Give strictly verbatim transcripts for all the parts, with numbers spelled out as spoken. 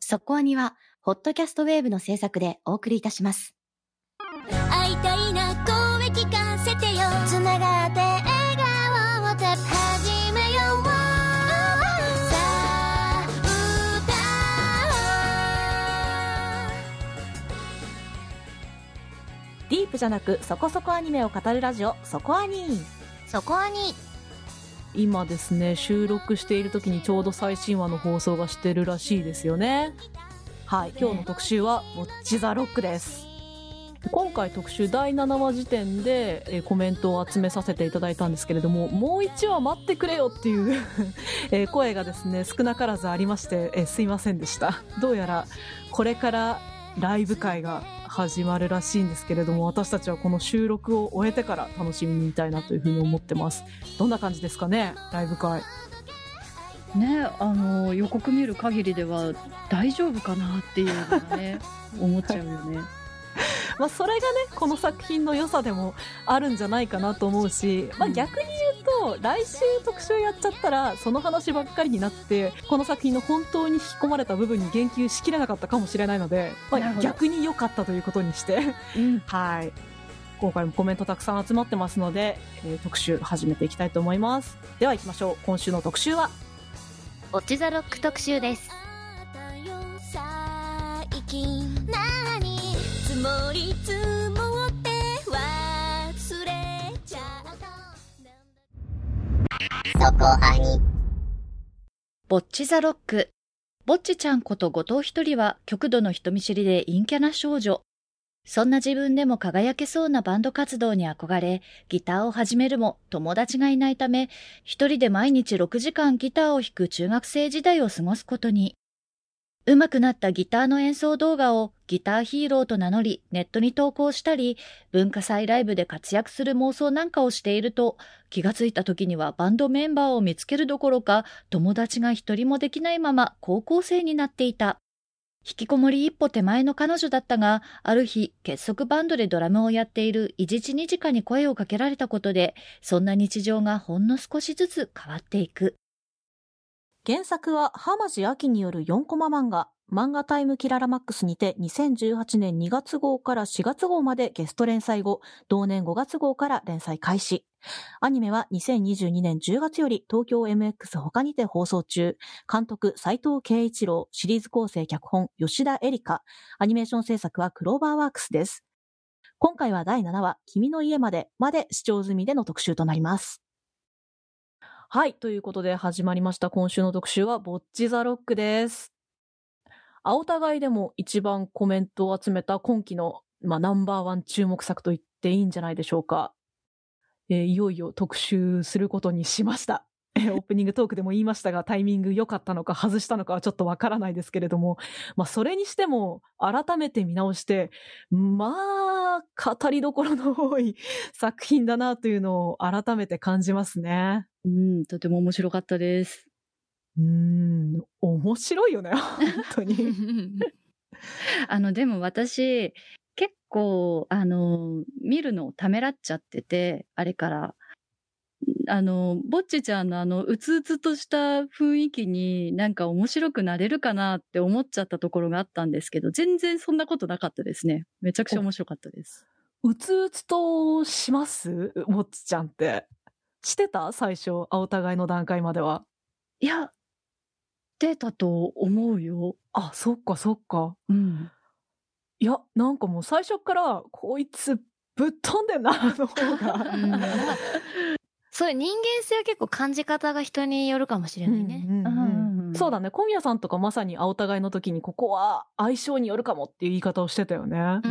そこアニはホットキャストウェーブの制作でお送りいたします。 会いたいな、声聞かせてよ。つながって笑顔を始めよう。さあ歌ディープじゃなくそこそこアニメを語るラジオ、そこアニ。 そこアニ。 今ですね、収録している時にちょうど最新話の放送がしてるらしいですよね。はい、今日の特集はウォッチザロックです。今回特集だいななわ時点でえコメントを集めさせていただいたんですけれども、もういちわ待ってくれよっていうえ声がですね少なからずありまして、えすいませんでした。どうやらこれからライブ会が始まるらしいんですけれども、私たちはこの収録を終えてから楽しみに見たいなというふうに思ってます。どんな感じですかね、ライブ会ね。あの予告見る限りでは大丈夫かなっていうのがね思っちゃうよね。 まあそれがねこの作品の良さでもあるんじゃないかなと思うし、まあ、逆に言うと来週特集やっちゃったらその話ばっかりになってこの作品の本当に引き込まれた部分に言及しきれなかったかもしれないので、まあ、逆に良かったということにして、うん、はい今回もコメントたくさん集まってますので、えー、特集始めていきたいと思います。では行きましょう。今週の特集はウォッチザロック特集です。最近何積もり積もって忘れちゃう。そこアニ。 ボッチザロック。ボッチちゃんこと後藤ひとりは極度の人見知りで陰キャな少女。そんな自分でも輝けそうなバンド活動に憧れ、ギターを始めるも友達がいないため、一人で毎日ろくじかんギターを弾く中学生時代を過ごすことに。上手くなったギターの演奏動画をギターヒーローと名乗りネットに投稿したり、文化祭ライブで活躍する妄想なんかをしていると、気がついた時にはバンドメンバーを見つけるどころか、友達が一人もできないまま高校生になっていた。引きこもり一歩手前の彼女だったが、ある日結束バンドでドラムをやっている伊地知にじかに声をかけられたことで、そんな日常がほんの少しずつ変わっていく。 原作は浜地亜希によるよんコマ漫画、漫画タイムキララマックスにてにせんじゅうはちねんにがつ号からしがつ号までゲスト連載後、同年ごがつ号から連載開始。アニメはにせんにじゅうにねんじゅうがつより東京 エムエックス 他にて放送中。監督斉藤圭一郎、シリーズ構成脚本吉田絵里香、アニメーション制作はクローバーワークスです。今回はだいななわ、君の家までまで視聴済みでの特集となります。はい、ということで始まりました今週の特集はボッチザロックです。青互いでも一番コメントを集めた今期の、まあ、ナンバーワン注目作と言っていいんじゃないでしょうか。えー、いよいよ特集することにしました。オープニングトークでも言いましたが、タイミング良かったのか外したのかはちょっとわからないですけれども、まあそれにしても改めて見直して、まあ語りどころの多い作品だなというのを改めて感じますね。 うん、とても面白かったです。 うーん、面白いよね、本当に。 あの、でも私、結構、あの、見るのをためらっちゃってて、あれから、あの、ぼっちちゃんのあの、うつうつとした雰囲気になんか面白くなれるかなって思っちゃったところがあったんですけど、全然そんなことなかったですね。めちゃくちゃ面白かったです。 うつうつとしますぼっちちゃんって。してた最初、お互いの段階までは。 いや、出たと思うよ。 あ、そっかそっか。 うん。 いや、なんかもう最初からこいつぶっ飛んでんなの方が、うん、 そういう人間性は結構感じ方が人によるかもしれないね。うんうんうんうん、そうだね。小宮さんとかまさにお互いの時にここは相性によるかもっていう言い方をしてたよね。 うん、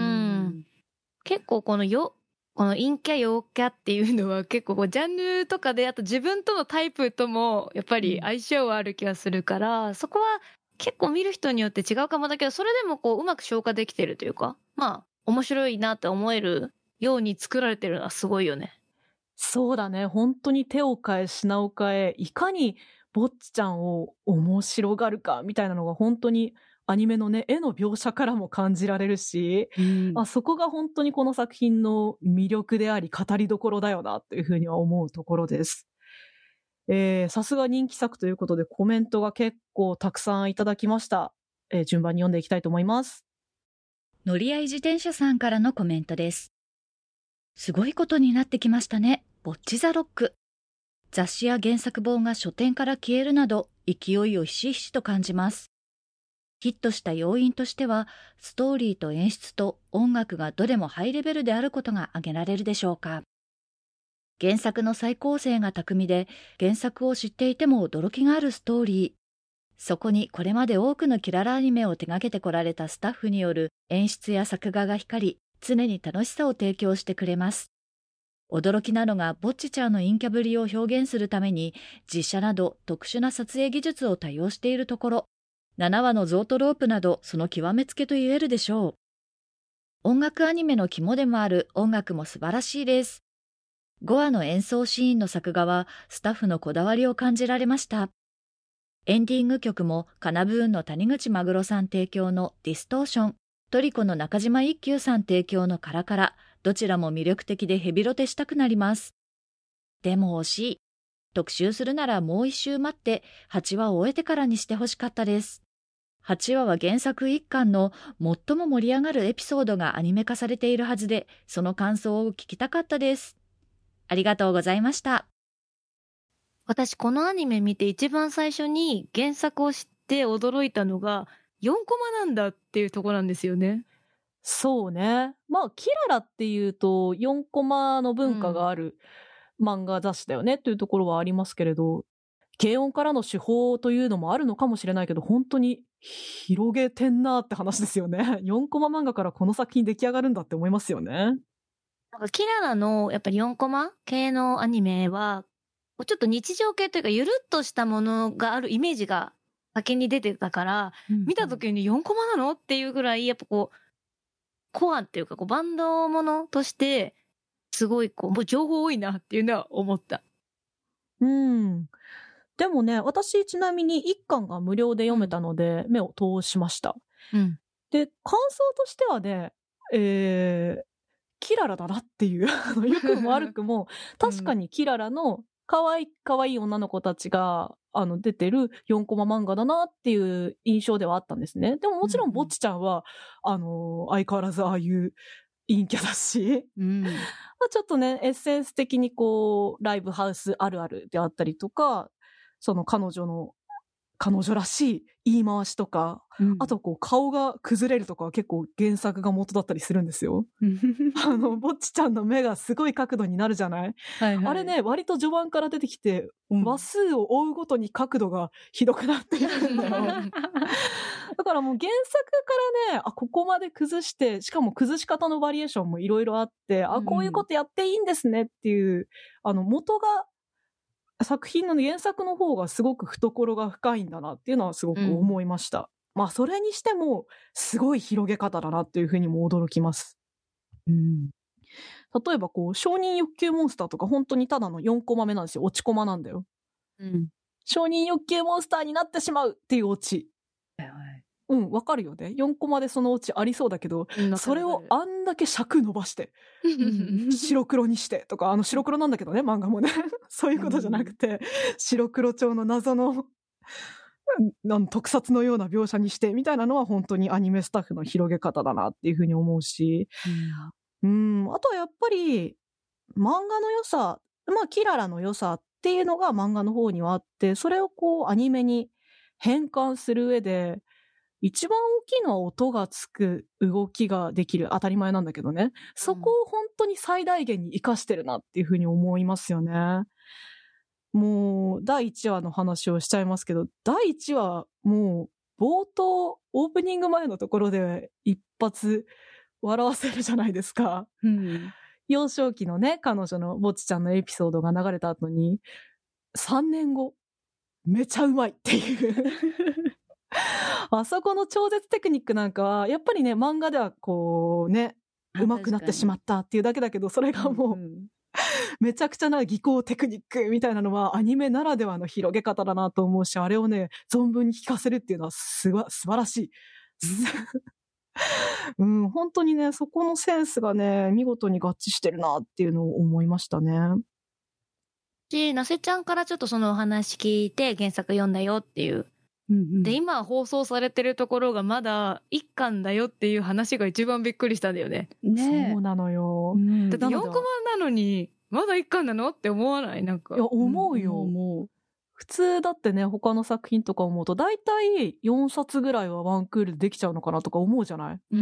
結構このよこの陰キャ陽キャっていうのは結構こうジャンルとかで、あと自分とのタイプともやっぱり相性はある気がするから、うん、そこは結構見る人によって違うかもだけど、それでもこううまく消化できてるというか、まあ面白いなって思えるように作られてるのはすごいよね。 そうだね。本当に手を変え品を変え、いかにぼっちちゃんを面白がるかみたいなのが本当にアニメのね、絵の描写からも感じられるし、うん、まあ、そこが本当にこの作品の魅力であり語りどころだよなっていうふうには思うところです。えー、さすが人気作ということでコメントが結構たくさんいただきました。 えー順番に読んでいきたいと思います。 乗り合い自転車さんからのコメントです。すごいことになってきましたね。ボッチザロック。雑誌や原作本が書店から消えるなど勢いをひしひしと感じます。ヒットした要因としては、ストーリーと演出と音楽がどれもハイレベルであることが挙げられるでしょうか。原作の再構成が巧みで、原作を知っていても驚きがあるストーリー。そこにこれまで多くのキララアニメを手掛けてこられたスタッフによる演出や作画が光り、常に楽しさを提供してくれます。驚きなのがボッチちゃんの陰キャぶりを表現するために実写など特殊な撮影技術を多用しているところ、ななわのゾートロープなどその極めつけと言えるでしょう。音楽アニメの肝でもある音楽も素晴らしいです。ごわの演奏シーンの作画はスタッフのこだわりを感じられました。エンディング曲もカナブーンの谷口マグロさん提供のディストーション、トリコの中島一休さん提供のカラカラ、どちらも魅力的でヘビロテしたくなります。でも惜しい。特集するならもう一周待ってはちわを終えてからにしてほしかったです。はちわは原作いっかんの最も盛り上がるエピソードがアニメ化されているはずで、その感想を聞きたかったです。ありがとうございました。 私このアニメ見て一番最初に原作を知って驚いたのがよんコマなんだっていうところなんですよね。 そうね。まあ、キララっていうとよんコマの文化がある漫画雑誌だよねというところはありますけれど、軽音からの手法というのもあるのかもしれないけど、本当に広げてんなって話ですよね。よんコマ漫画からこの作品出来上がるんだって思いますよね。 なんかキララのやっぱりよんコマ系のアニメはちょっと日常系というかゆるっとしたものがあるイメージが先に出てたから、うんうん、見た時によんコマなのっていうぐらいやっぱこうコアっていうかこうバンドものとしてすごいこうもう情報多いなっていうのは思った。 うん。でもね、私ちなみにいっかんが無料で読めたので目を通しました。 うん、で感想としてはね、えー、キララだなっていう良くも悪くも確かにキララの可愛い可愛い女の子たちがあの出てるよんコマ漫画だなっていう印象ではあったんですね。でももちろんぼっちちゃんは、うん、あの相変わらずああいう陰キャだし、うん、ちょっとねエッセンス的にこうライブハウスあるあるであったりとか、その彼女の彼女らしい言い回しとか、うん、あとこう顔が崩れるとかは結構原作が元だったりするんですよ。あのぼっちちゃんの目がすごい角度になるじゃない、はいはい、あれね割と序盤から出てきて、うん、話数を追うごとに角度がひどくなっているんだよだからもう原作からね、あここまで崩して、しかも崩し方のバリエーションもいろいろあって、うん、あこういうことやっていいんですねっていうあの元が作品の原作の方がすごく懐が深いんだなっていうのはすごく思いました、うん、まあそれにしてもすごい広げ方だなっていうふうにも驚きます、うん、例えばこう承認欲求モンスターとか本当にただのよんコマ目なんですよ。落ちコマなんだよ、うん、承認欲求モンスターになってしまうっていうオチ、はいはい、うんわかるよね。よんコマでそのオチありそうだけど、うん、それをあんだけ尺伸ばして白黒にしてとか、あの白黒なんだけどね漫画もねそういうことじゃなくて、うん、白黒調の謎のなん特撮のような描写にしてみたいなのは本当にアニメスタッフの広げ方だなっていうふうに思うし、うん、うんあとはやっぱり漫画の良さ、まあキララの良さっていうのが漫画の方にはあって、それをこうアニメに変換する上で一番大きいのは音がつく動きができる、当たり前なんだけどね、そこを本当に最大限に活かしてるなっていうふうに思いますよね。もうだいいちわの話をしちゃいますけど、だいいちわもう冒頭オープニング前のところで一発笑わせるじゃないですか、うん、幼少期のね彼女のぼっちちゃんのエピソードが流れた後にさんねんごめちゃうまいっていうあそこの超絶テクニックなんかはやっぱりね漫画ではこうね上手くなってしまったっていうだけだけど、それがもう、うん、めちゃくちゃな技巧テクニックみたいなのはアニメならではの広げ方だなと思うし、あれをね存分に聞かせるっていうのはすわ素晴らしいうん、本当にねそこのセンスがね見事に合致してるなっていうのを思いましたね。 しなせちゃんからちょっとそのお話聞いて原作読んだよっていううんうん、 で、今放送されてるところがまだいっかんだよっていう話が一番びっくりしたんだよね。 ね、そうなのよ。 うん、だってよんコマなのにまだいっかんなのって思わない？なんか。 いや、思うよ。 うん、思う。 普通だってね、他の作品とか思うと、だいたいよんさつぐらいはワンクールでできちゃうのかなとか思うじゃない？ うんうん。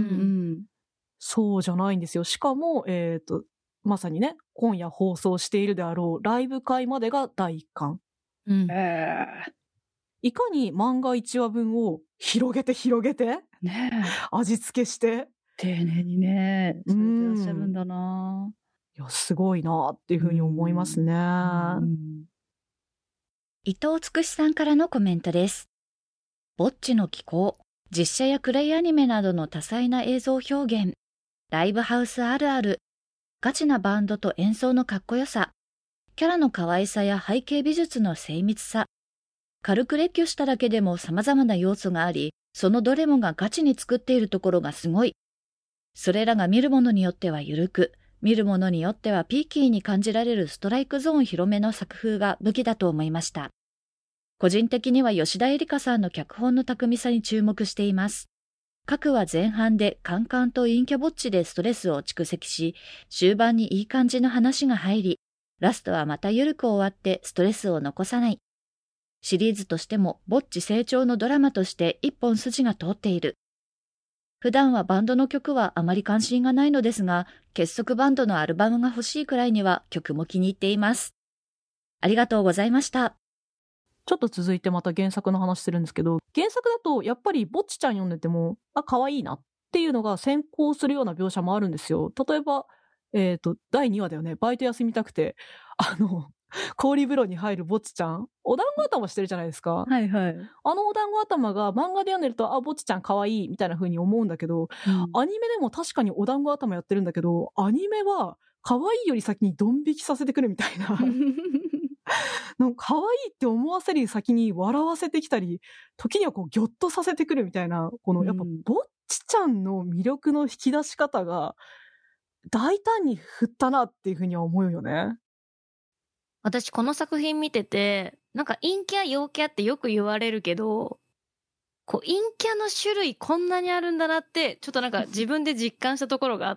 そうじゃないんですよ。しかも、えっと、まさにね、今夜放送しているであろうライブ会までがだいいっかん。 うん。 えー、 いかに漫画いちわぶんを広げて広げて、 ね、 味付けして、 丁寧にね、されてらっしゃるんだな。 いや、すごいなっていうふうに思いますね。うんうん、 伊藤つくしさんからのコメントです。ぼっちの気候、実写やクレイアニメなどの多彩な映像表現、ライブハウスあるある、ガチなバンドと演奏のかっこよさ、キャラの可愛さや背景美術の精密さ、軽く列挙しただけでも様々な要素があり、そのどれもがガチに作っているところがすごい。それらが見るものによっては緩く、見るものによってはピーキーに感じられるストライクゾーン広めの作風が武器だと思いました。個人的には吉田絵里香さんの脚本の巧みさに注目しています。各話前半でカンカンと陰キャぼっちでストレスを蓄積し、終盤にいい感じの話が入り、ラストはまた緩く終わってストレスを残さない。シリーズとしてもぼっち成長のドラマとして一本筋が通っている。普段はバンドの曲はあまり関心がないのですが、結束バンドのアルバムが欲しいくらいには曲も気に入っています。ありがとうございました。 ちょっと続いてまた原作の話するんですけど、原作だとやっぱりぼっちちゃん読んでても、あ、可愛いなっていうのが先行するような描写もあるんですよ。例えば、えっと、だいにわだよね。バイト休みたくて、あの、氷風呂に入るぼっちちゃん、お団子頭してるじゃないですか。 はいはい。 あのお団子頭が漫画で読んでると、あ、ぼっちちゃん可愛いみたいな風に思うんだけど、うん、アニメでも確かにお団子頭やってるんだけど、アニメは可愛いより先にドン引きさせてくるみたいな。の可愛いって思わせる先に笑わせてきたり、時にはこうギョッとさせてくるみたいな、このやっぱぼっちちゃんの魅力の引き出し方が大胆に振ったなっていうふうには思うよね。 私この作品見てて、なんか陰キャ陽キャってよく言われるけど、こう陰キャの種類こんなにあるんだなってちょっとなんか自分で実感したところがあって、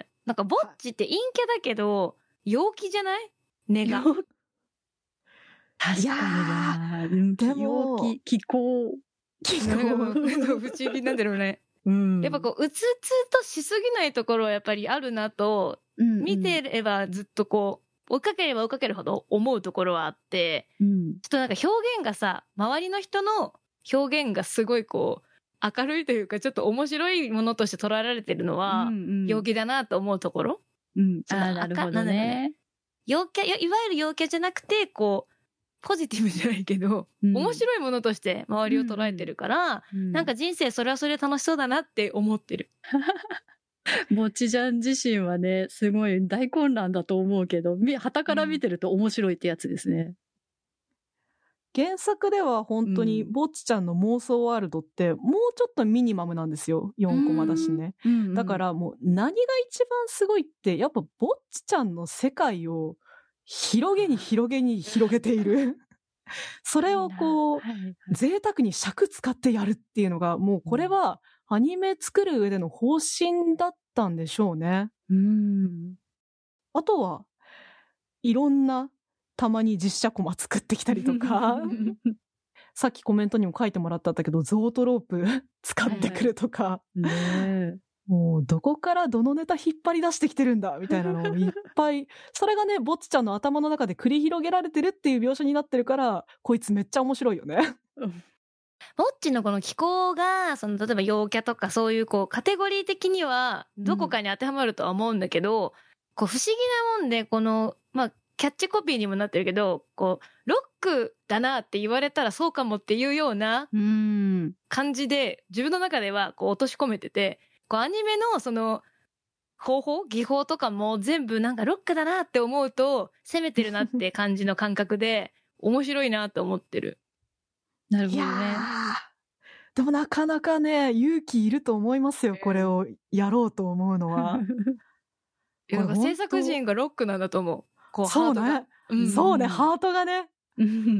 なんかぼっちって陰キャだけど陽気じない？ 根が。 確かにな。でも陽気、気候。 気候。不思議なんだろうね。うん、やっぱこう、うつつとしすぎないところはやっぱりあるなと、うんうん、見てればずっとこう、追いかければ追いかけるほど思うところはあって、うん、ちょっとなんか表現がさ、周りの人の表現がすごいこう、明るいというかちょっと面白いものとして捉えられてるのは、陽気だなと思うところ。 うん、ああ、なるほどね。 陽キャ、いわゆる陽キャじゃなくて、こう、ポジティブじゃないけど、うん、面白いものとして周りを捉えてるから、うん、なんか人生それはそれで楽しそうだなって思ってる。 ぼっちちゃん自身はね、すごい大混乱だと思うけど、傍から見てると面白いってやつですね。 うん、原作では本当にぼっちちゃんの妄想ワールドってもうちょっとミニマムなんですよ。よんコマだしね。うんうん、だからもう何が一番すごいって、やっぱぼっちちゃんの世界を広げに広げに広げている。それをこう、はいはい、贅沢に尺使ってやるっていうのが、もうこれはアニメ作る上での方針だったんでしょうね。うん。あとは、いろんな、たまに実写コマ作ってきたりとか、さっきコメントにも書いてもらったんだけど、ゾートロープ使ってくるとか、はいはい、ねもうどこからどのネタ引っ張り出してきてるんだみたいなのをいっぱいそれがねぼっちちゃんの頭の中で繰り広げられてるっていう描写になってるから、こいつめっちゃ面白いよね。 ぼっちのこの気候がその例えば陽キャとかそういうこうカテゴリー的にはどこかに当てはまるとは思うんだけど、うん、こう不思議なもんでこのまあキャッチコピーにもなってるけど、こうロックだなって言われたらそうかもっていうような感じで自分の中ではこう落とし込めてて、こうアニメのその方法技法とかも全部なんかロックだなって思うと攻めてるなって感じの感覚で面白いなと思ってる。 なるほどね。 でもなかなかね勇気いると思いますよ、これをやろうと思うのは。 いやなんか制作陣がロックなんだと思う。こうそうね、 ハートが、 うん、そうねハートがね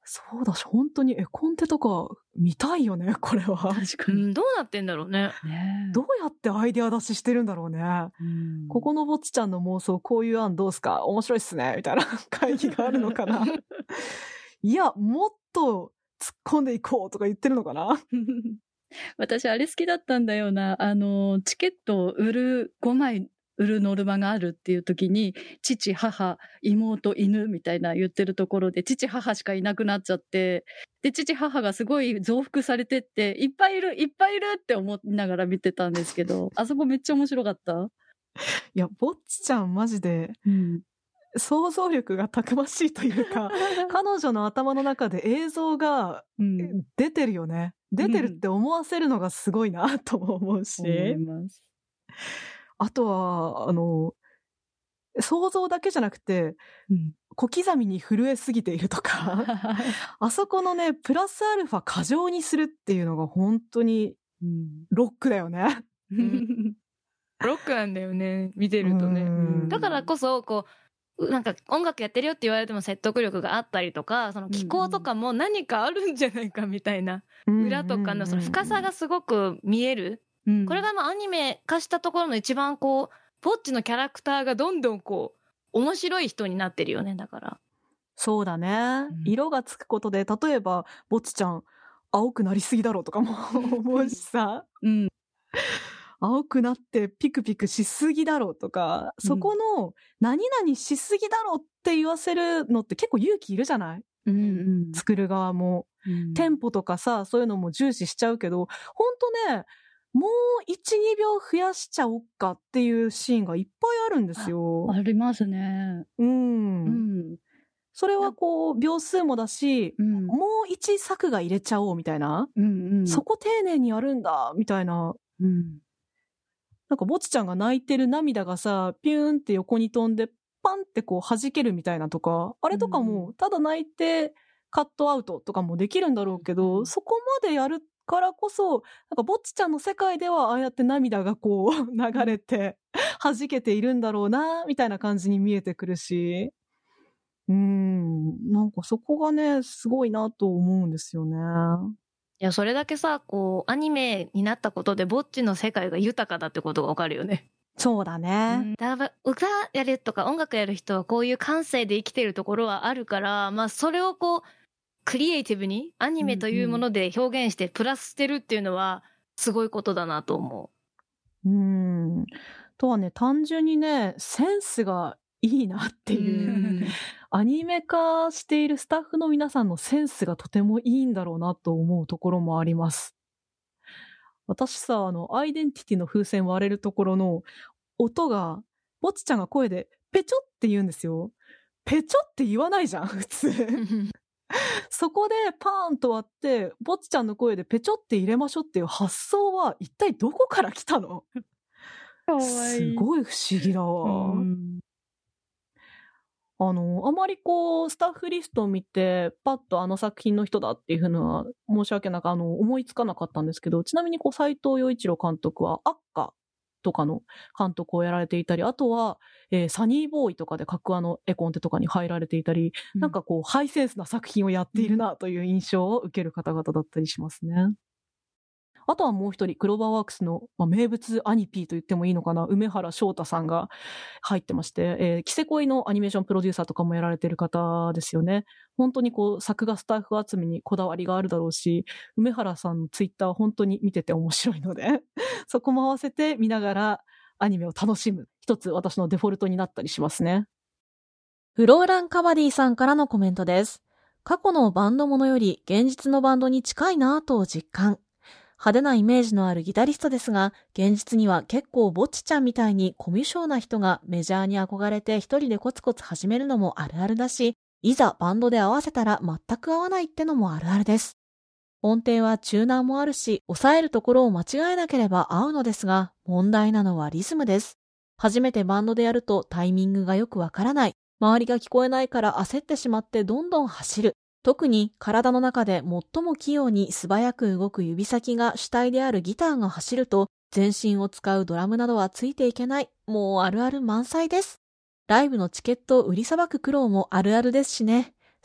そうだし、本当に絵コンテとか見たいよね、これは。 確かに。 うん、どうなってんだろうね。 ねえどうやってアイデア出ししてるんだろうね。 うんここのぼっちちゃんの妄想、こういう案どうすか面白いっすねみたいな会議があるのかな。いや、もっと突っ込んでいこうとか言ってるのかな。 私、あれ好きだったんだよな。あの、チケットを売る、ごまい売るノルマがあるっていう時に、父、母、妹、犬みたいな言ってるところで、父、母しかいなくなっちゃって、で、父、母がすごい増幅されてって、いっぱいいる、いっぱいいるって思いながら見てたんですけど、あそこめっちゃ面白かった。 いや、ぼっちちゃんマジで、 うん。 想像力がたくましいというか、彼女の頭の中で映像がうん。 出てるよね。出てるって思わせるのがすごいなとも思うし。 思います。 あとは、あの、想像だけじゃなくて、 うん。 小刻みに震えすぎているとか、あそこのね、プラスアルファ過剰にするっていうのが本当にうん。 ロックだよね。 ロックなんだよね、見てるとね。 うんだからこそ、こう、なんか音楽やってるよって言われても説得力があったりとか、その気候とかも何かあるんじゃないかみたいな、裏とかのその深さがすごく見える。 うんこれがまあアニメ化したところの一番こう、ぼっちのキャラクターがどんどんこう、面白い人になってるよね、だから。 そうだね。 うん色がつくことで、例えば、ぼっちちゃん、青くなりすぎだろうとかも思うしさ。 うん。 青くなってピクピクしすぎだろうとか、そこの何々しすぎだろうって言わせるのって結構勇気いるじゃない？ うんうん。 作る側も。 うんテンポとかさ、そういうのも重視しちゃうけど、ほんとね、もういち、にびょう増やしちゃおっかっていうシーンがいっぱいあるんですよ。 ありますね。 うん。 うん。 それはこう、秒数もだし、 うん。 もう一作が入れちゃおうみたいな。 うんうん。 そこ丁寧にやるんだ、みたいな。 うん。 なんか、ぼちちゃんが泣いてる涙がさ、ピューンって横に飛んで、パンってこう弾けるみたいなとか、あれとかうも、ただ泣いて、カットアウトとかもできるんだろうけど、 うんそこまでやるからこそ、なんか、ぼっちちゃんの世界では、ああやって涙がこう、流れて、弾けているんだろうな、みたいな感じに見えてくるし、うーん、なんかそこがね、すごいなと思うんですよね。 いや、それだけさ、こう、アニメになったことで、ぼっちの世界が豊かだってことがわかるよね。 そうだね。 だから歌やるとか音楽やる人はこういう感性で生きてるところはあるから、まあそれをこう、クリエイティブにアニメというもので表現してプラスしてるっていうのは、すごいことだなと思うーん。とはね、単純にね、センスがいいなってう。 いう。 んアニメ化しているスタッフの皆さんのセンスがとてもいいんだろうなと思うところもあります。私さ、あの、アイデンティティの風船割れるところの音が、ぼっちちゃんが声でペチョって言うんですよ。ペチョって言わないじゃん、普通。そこでパーンと割って、ぼっちちゃんの声でペチョって入れましょうっていう発想は一体どこから来たの？ かわいい。 すごい不思議だわ。 うん。 あの、あまりこう、スタッフリストを見て、パッとあの作品の人だっていうふうのは、申し訳なく、あの、思いつかなかったんですけど、ちなみにこう、斉藤洋一郎監督は、アッカとかの監督をやられていたり、あとは、えーサニーボーイとかで格話の絵コンテとかに入られていたり、なんかこう、ハイセンスな作品をやっているなという印象を受ける方々だったりしますね。あとはもう一人、クローバーワークスの、まあ、名物アニピーと言ってもいいのかな、梅原翔太さんが入ってまして、えー、キセコイのアニメーションプロデューサーとかもやられている方ですよね。本当にこう、作画スタッフ集めにこだわりがあるだろうし、梅原さんのツイッターは本当に見てて面白いので、そこも合わせて見ながらアニメを楽しむ。一つ私のデフォルトになったりしますね。 フローランカバディさんからのコメントです。過去のバンドものより現実のバンドに近いなぁと実感。派手なイメージのあるギタリストですが、現実には結構ぼっちちゃんみたいにコミュ障な人がメジャーに憧れて一人でコツコツ始めるのもあるあるだし、いざバンドで合わせたら全く合わないってのもあるあるです。音程はチューナーもあるし、抑えるところを間違えなければ合うのですが、問題なのはリズムです。初めてバンドでやるとタイミングがよくわからない。周りが聞こえないから焦ってしまってどんどん走る。特に体の中で最も器用に素早く動く指先が主体であるギターが走ると、全身を使うドラムなどはついていけない。もうあるある満載です。ライブのチケットを売りさばく苦労もあるあるですしね。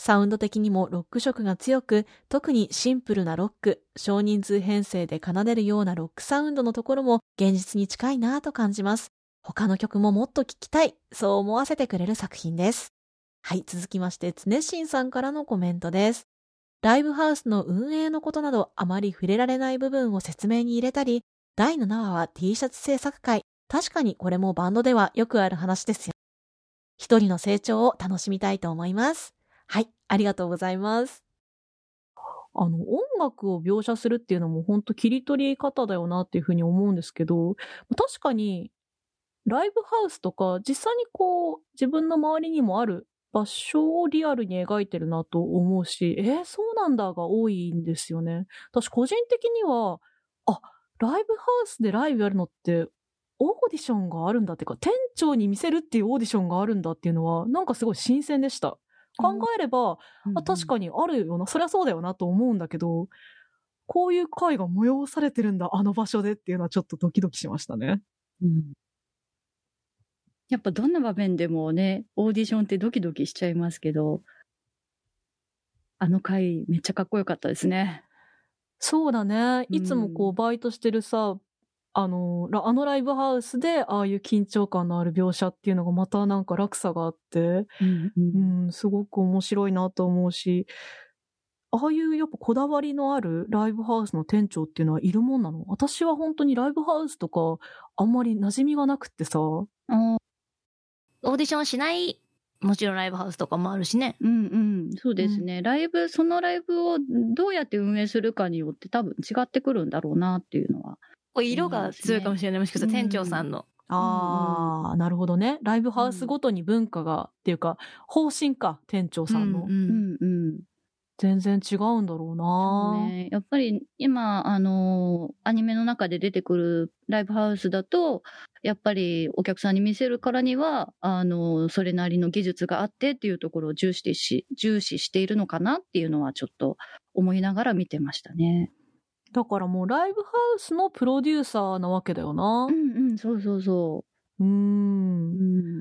サウンド的にもロック色が強く、特にシンプルなロック、少人数編成で奏でるようなロックサウンドのところも現実に近いなぁと感じます。他の曲ももっと聴きたい、そう思わせてくれる作品です。はい、続きまして、つねしんさんからのコメントです。ライブハウスの運営のことなどあまり触れられない部分を説明に入れたり、だいななわは T シャツ制作会、確かにこれもバンドではよくある話ですよ。一人の成長を楽しみたいと思います。はい、ありがとうございます。あの、音楽を描写するっていうのも本当切り取り方だよなっていうふうに思うんですけど、確かにライブハウスとか実際にこう自分の周りにもある場所をリアルに描いてるなと思うし、えー、そうなんだが多いんですよね。私個人的には、あ、ライブハウスでライブやるのってオーディションがあるんだっていうか、店長に見せるっていうオーディションがあるんだっていうのはなんかすごい新鮮でした。考えれば、うん、あ、確かにあるよな、そりゃそうだよなと思うんだけど、こういう会が催されてるんだ、あの場所でっていうのはちょっとドキドキしましたね。 うん、やっぱどんな場面でもね、オーディションってドキドキしちゃいますけど、あの会めっちゃかっこよかったですね。 そうだね。いつもこうバイトしてるさ、あの、あのライブハウスでああいう緊張感のある描写っていうのがまたなんか落差があって、うんうんうん、すごく面白いなと思うし、ああいうやっぱこだわりのあるライブハウスの店長っていうのはいるもんなの？私は本当にライブハウスとかあんまり馴染みがなくってさ。オーディションしないもちろんライブハウスとかもあるしね。 うんうん、そうですね、うん、ライブそのライブをどうやって運営するかによって多分違ってくるんだろうなっていうのは、 色が強いかもしれない、もしかしたら店長さんの、うん、 ああ、なるほどね。ライブハウスごとに文化が、うん、っていうか方針か、店長さんの、 うんうんうん、 全然違うんだろうな。 そうね、やっぱり今あのアニメの中で出てくるライブハウスだと、やっぱりお客さんに見せるからにはあのそれなりの技術があってっていうところを重視し重視しているのかなっていうのはちょっと思いながら見てましたね。 だからもうライブハウスのプロデューサーなわけだよな。 うんうん、そうそうそう。 うーん。うん、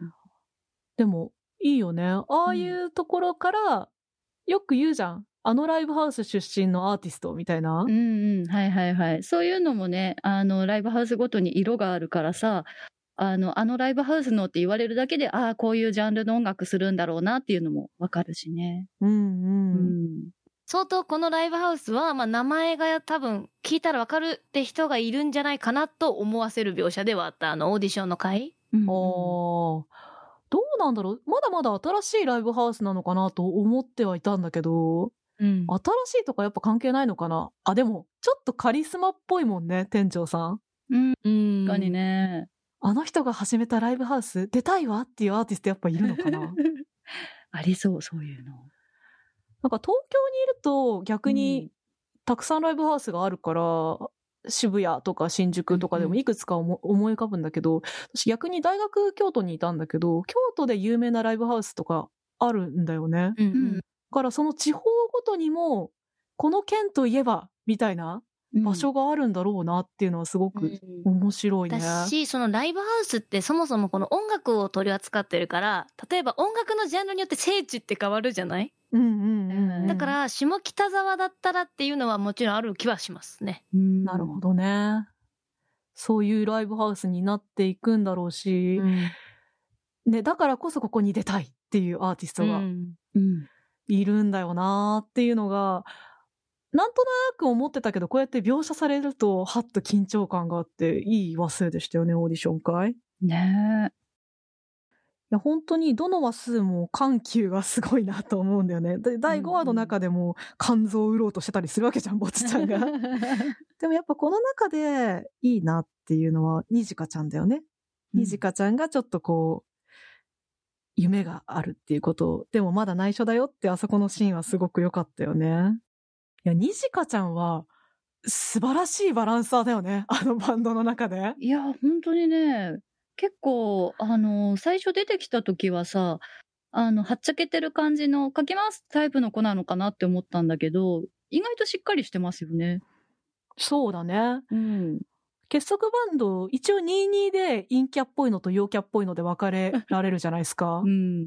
でもいいよね。ああいうところから、うん、よく言うじゃん。あのライブハウス出身のアーティストみたいな。 うんうん、はいはいはい。そういうのもね、あのライブハウスごとに色があるからさ、あのあのライブハウスのって言われるだけで、ああこういうジャンルの音楽するんだろうなっていうのもわかるしね。 うんうん。うん相当このライブハウスは、まあ、名前が多分聞いたら分かるって人がいるんじゃないかなと思わせる描写ではあった、あのオーディションの回。 うんうん、どうなんだろう、まだまだ新しいライブハウスなのかなと思ってはいたんだけど、うん、新しいとかやっぱ関係ないのかな。あ、でもちょっとカリスマっぽいもんね、店長さん。 うん、確かにね。 あの人が始めたライブハウス出たいわっていうアーティストやっぱいるのかな。 ありそう、そういうの。 なんか東京にいると逆にたくさんライブハウスがあるから、うん、渋谷とか新宿とかでもいくつか思い浮かぶんだけど、うん、私逆に大学京都にいたんだけど、京都で有名なライブハウスとかあるんだよね。うんうん、だからその地方ごとにもこの県といえばみたいな場所があるんだろうなっていうのはすごく面白いね。 だし、そのライブハウスってそもそもこの音楽を取り扱ってるから、例えば音楽のジャンルによって聖地って変わるじゃない？うんうんうんうん、だから下北沢だったらっていうのはもちろんある気はしますね。 うん、なるほどね。そういうライブハウスになっていくんだろうし、うんね、だからこそここに出たいっていうアーティストがいるんだよなっていうのが、なんとなく思ってたけど、こうやって描写されるとはっと緊張感があっていい話数でしたよね、オーディション会ね。 いや本当にどの話数も緩急がすごいなと思うんだよね。でだいごわの中でも肝臓を売ろうとしてたりするわけじゃん、ぼっちちゃんが。でもやっぱこの中でいいなっていうのはにじかちゃんだよね。にじかちゃんがちょっとこう夢があるっていうことを、でもまだ内緒だよってあそこのシーンはすごく良かったよね。いや、にじかちゃんは素晴らしいバランサーだよね、あのバンドの中で。 いや本当にね、結構あの最初出てきた時はさ、あのはっちゃけてる感じの書きますタイプの子なのかなって思ったんだけど、意外としっかりしてますよね。 そうだね、 うん、 結束バンド一応にじゅうにで陰キャっぽいのと陽キャっぽいので分かれられるじゃないですか、 うん、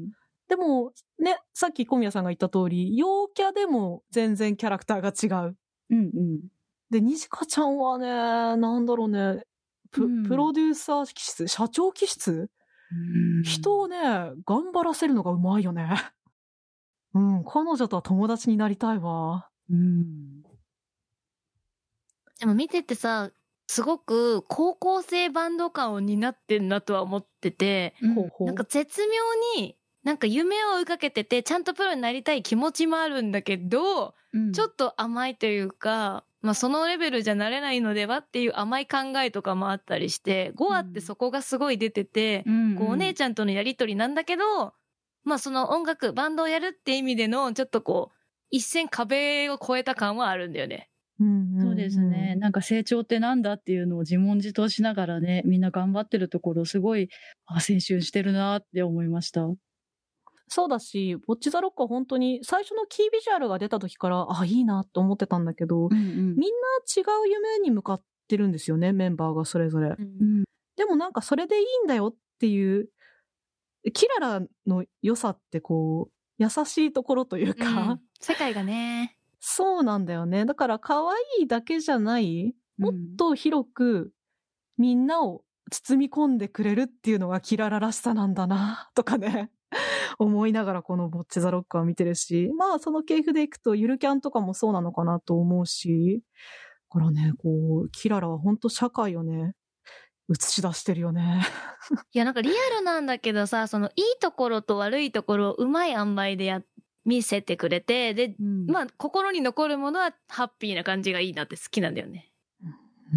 でも、ね、さっき小宮さんが言った通り、陽キャでも全然キャラクターが違う。 うんうん。 で、にじかちゃんはね、なんだろうね、プ、 うん、 プロデューサー気質、社長気質、 うん、 人をね、頑張らせるのがうまいよね。うん、彼女とは友達になりたいわ。 うん。 でも見ててさ、すごく高校生バンド感を担ってんなとは思ってて、 うん、 ほうほう。 なんか絶妙に、なんか夢を追いかけてて、ちゃんとプロになりたい気持ちもあるんだけど、 うん、 ちょっと甘いというか、まあそのレベルじゃなれないのではっていう甘い考えとかもあったりして、ゴアってそこがすごい出てて、 うん、 こうお姉ちゃんとのやりとりなんだけど、まあその音楽、バンドをやるって意味での、ちょっとこう、一線壁を越えた感はあるんだよね。 うんうん、 そうですね。なんか成長ってなんだっていうのを自問自答しながらね、みんな頑張ってるところすごい、あ、青春してるなって思いました。 そうだし、ボッチザロックは本当に最初のキービジュアルが出た時から、あ、いいなと思ってたんだけど、 うんうん、 みんな違う夢に向かってるんですよね、メンバーがそれぞれ。 うんうんでもなんかそれでいいんだよっていう、キララの良さってこう、優しいところというか、 うん世界がね。 そうなんだよね。だから可愛いだけじゃない、もっと広くみんなを包み込んでくれるっていうのがキララらしさなんだな、とかね。思いながらこのボッチザロックは見てるし、まあその系譜でいくとゆるキャンとかもそうなのかなと思うし、だからね、こう、キララは本当社会をね、映し出してるよね。 いやなんかリアルなんだけどさ、そのいいところと悪いところをうまい塩梅でや見せてくれて、で、 うん、 まあ心に残るものはハッピーな感じがいいなって好きなんだよね。 うん、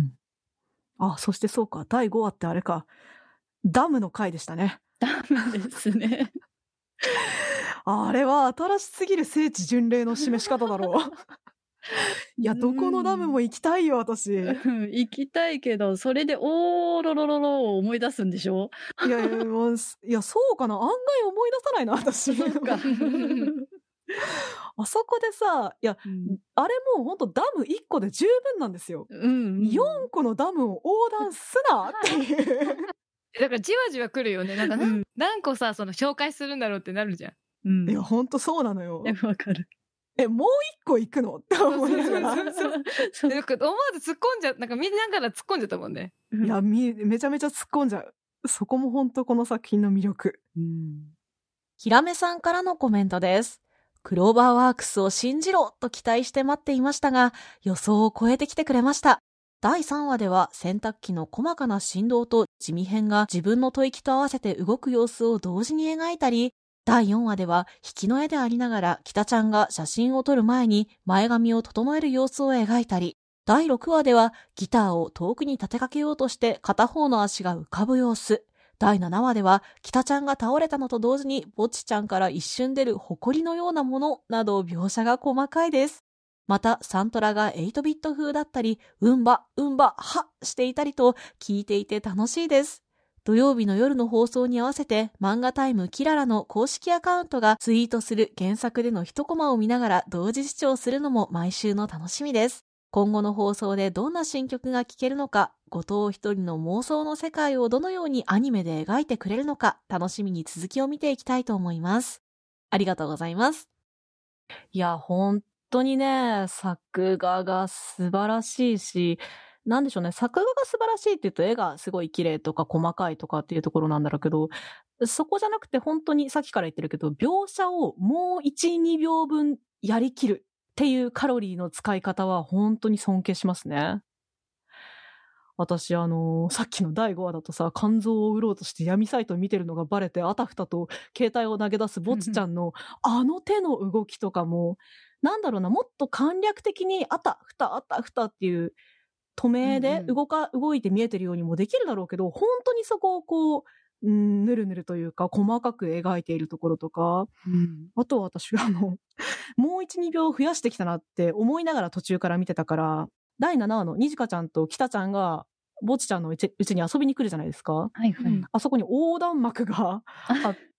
あ、そしてそうか、だいごわってあれか、ダムの回でしたね。 ダムですね。 あれは新しすぎる聖地巡礼の示し方だろう。いや、どこのダムも行きたいよ、私。 行きたいけど、それでオーロロロロを思い出すんでしょ？ いやいや、もういや、そうかな。案外思い出さないな、私。 そうか。 あそこでさ、いや、うん、あれもうほんとダムいっこで十分なんですよ。うんうん、よんこのダムを横断すなっていう。 だからじわじわ来るよね。なんか何、うん、何個さ、その紹介するんだろうってなるじゃん。 うん、いや、ほんとそうなのよ。 わかる。 え、もう一個行くのって思いながら。 そうそうそうなんか思わず突っ込んじゃう、なんか見ながら突っ込んじゃったもんね。 いや、み、めちゃめちゃ突っ込んじゃう。そこも本当この作品の魅力。うん、 ひらめさんからのコメントです。クローバーワークスを信じろと期待して待っていましたが、予想を超えてきてくれました。だいさんわでは洗濯機の細かな振動と地味編が自分の吐息と合わせて動く様子を同時に描いたり、だいよんわでは引きの絵でありながら北ちゃんが写真を撮る前に前髪を整える様子を描いたり、だいろくわではギターを遠くに立てかけようとして片方の足が浮かぶ様子、だいななわでは北ちゃんが倒れたのと同時にぼちちゃんから一瞬出る埃のようなものなど描写が細かいです。またサントラがエイトビット風だったり、うんばうんばはしていたりと聞いていて楽しいです。土曜日の夜の放送に合わせて漫画タイムキララの公式アカウントがツイートする原作での一コマを見ながら同時視聴するのも毎週の楽しみです。今後の放送でどんな新曲が聴けるのか、後藤一人の妄想の世界をどのようにアニメで描いてくれるのか、楽しみに続きを見ていきたいと思います。ありがとうございます。 いや、本当にね、作画が素晴らしいし、なんでしょうね、作画が素晴らしいって言うと絵がすごい綺麗とか細かいとかっていうところなんだろうけど、そこじゃなくて本当にさっきから言ってるけど、描写をもういち、にびょうぶんやりきるっていうカロリーの使い方は本当に尊敬しますね。私あのー、さっきのだいごわだとさ、肝臓を売ろうとして闇サイト見てるのがバレてあたふたと携帯を投げ出すぼちちゃんのあの手の動きとかも、なんだろうな、もっと簡略的にあたふたあたふたっていう透明で動か、うんうん、動いて見えてるようにもできるだろうけど、本当にそこをこう、うん、ぬるぬるというか細かく描いているところとか、うん、あとは私あのもういち、にびょう増やしてきたなって思いながら途中から見てたから、だいななわのにじかちゃんときたちゃんがぼちちゃんのうち、うちに遊びに来るじゃないですか。 はいはい。 あそこに横断幕があって、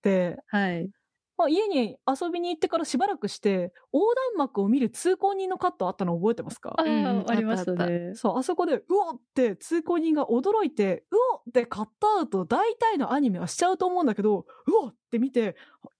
はい。 まあ、家に遊びに行ってからしばらくして横断幕を見る通行人のカットあったの覚えてますか？ あ、うん、ありましたね。 そう、あそこでうおって通行人が驚いてうおってカットアウト大体のアニメはしちゃうと思うんだけど、うおって見て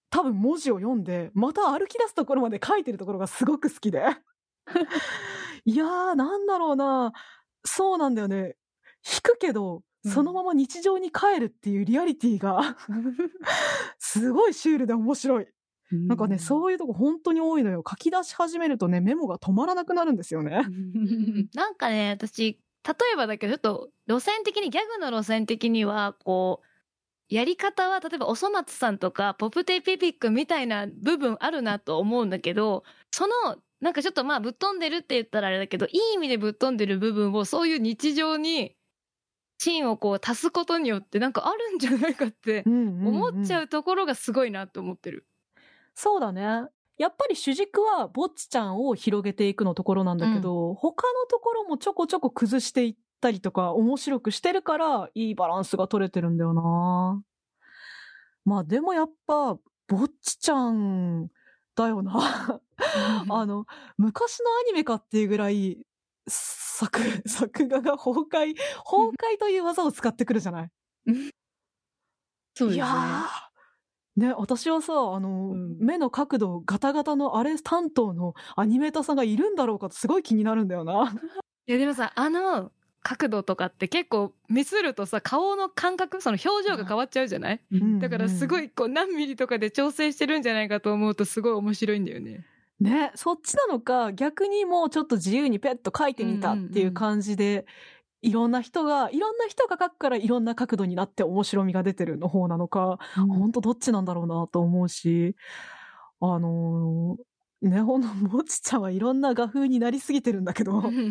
多分文字を読んでまた歩き出すところまで書いてるところがすごく好きでいやーなんだろうな、そうなんだよね、引くけどそのまま日常に帰るっていうリアリティがすごいシュールで面白い。なんかね、そういうとこ本当に多いのよ。書き出し始めるとね、メモが止まらなくなるんですよね。 なんかね、私、例えばだけど、ちょっと路線的に、ギャグの路線的には、こう、やり方は、例えばおそ松さんとか、ポプテイピピックみたいな部分あるなと思うんだけど、その、なんかちょっとまあぶっ飛んでるって言ったらあれだけど、いい意味でぶっ飛んでる部分を、そういう日常に、シーンをこう足すことによって、なんかあるんじゃないかって思っちゃうところがすごいなと思ってる。 そうだね。やっぱり主軸はぼっちちゃんを広げていくのところなんだけど、うん、他のところもちょこちょこ崩していったりとか面白くしてるからいいバランスが取れてるんだよな。まあでもやっぱぼっちちゃんだよなあの昔のアニメかっていうぐらい作作画が崩壊崩壊という技を使ってくるじゃないそうですね。いやね、私はさ、あの、うん、目の角度ガタガタのあれ担当のアニメーターさんがいるんだろうかとすごい気になるんだよな。 いやでもさ、あの角度とかって結構ミスるとさ、顔の感覚、その表情が変わっちゃうじゃない、うん、だからすごいこう何ミリとかで調整してるんじゃないかと思うとすごい面白いんだよね。 ね、そっちなのか、逆にもうちょっと自由にペッと描いてみたっていう感じで、うんうんうん、いろんな人が、いろんな人が描くからいろんな角度になって面白みが出てるの方なのか、うん、本当どっちなんだろうなと思うし、あのー、ね、ほんと、もちちゃんはいろんな画風になりすぎてるんだけど、うんうんうん、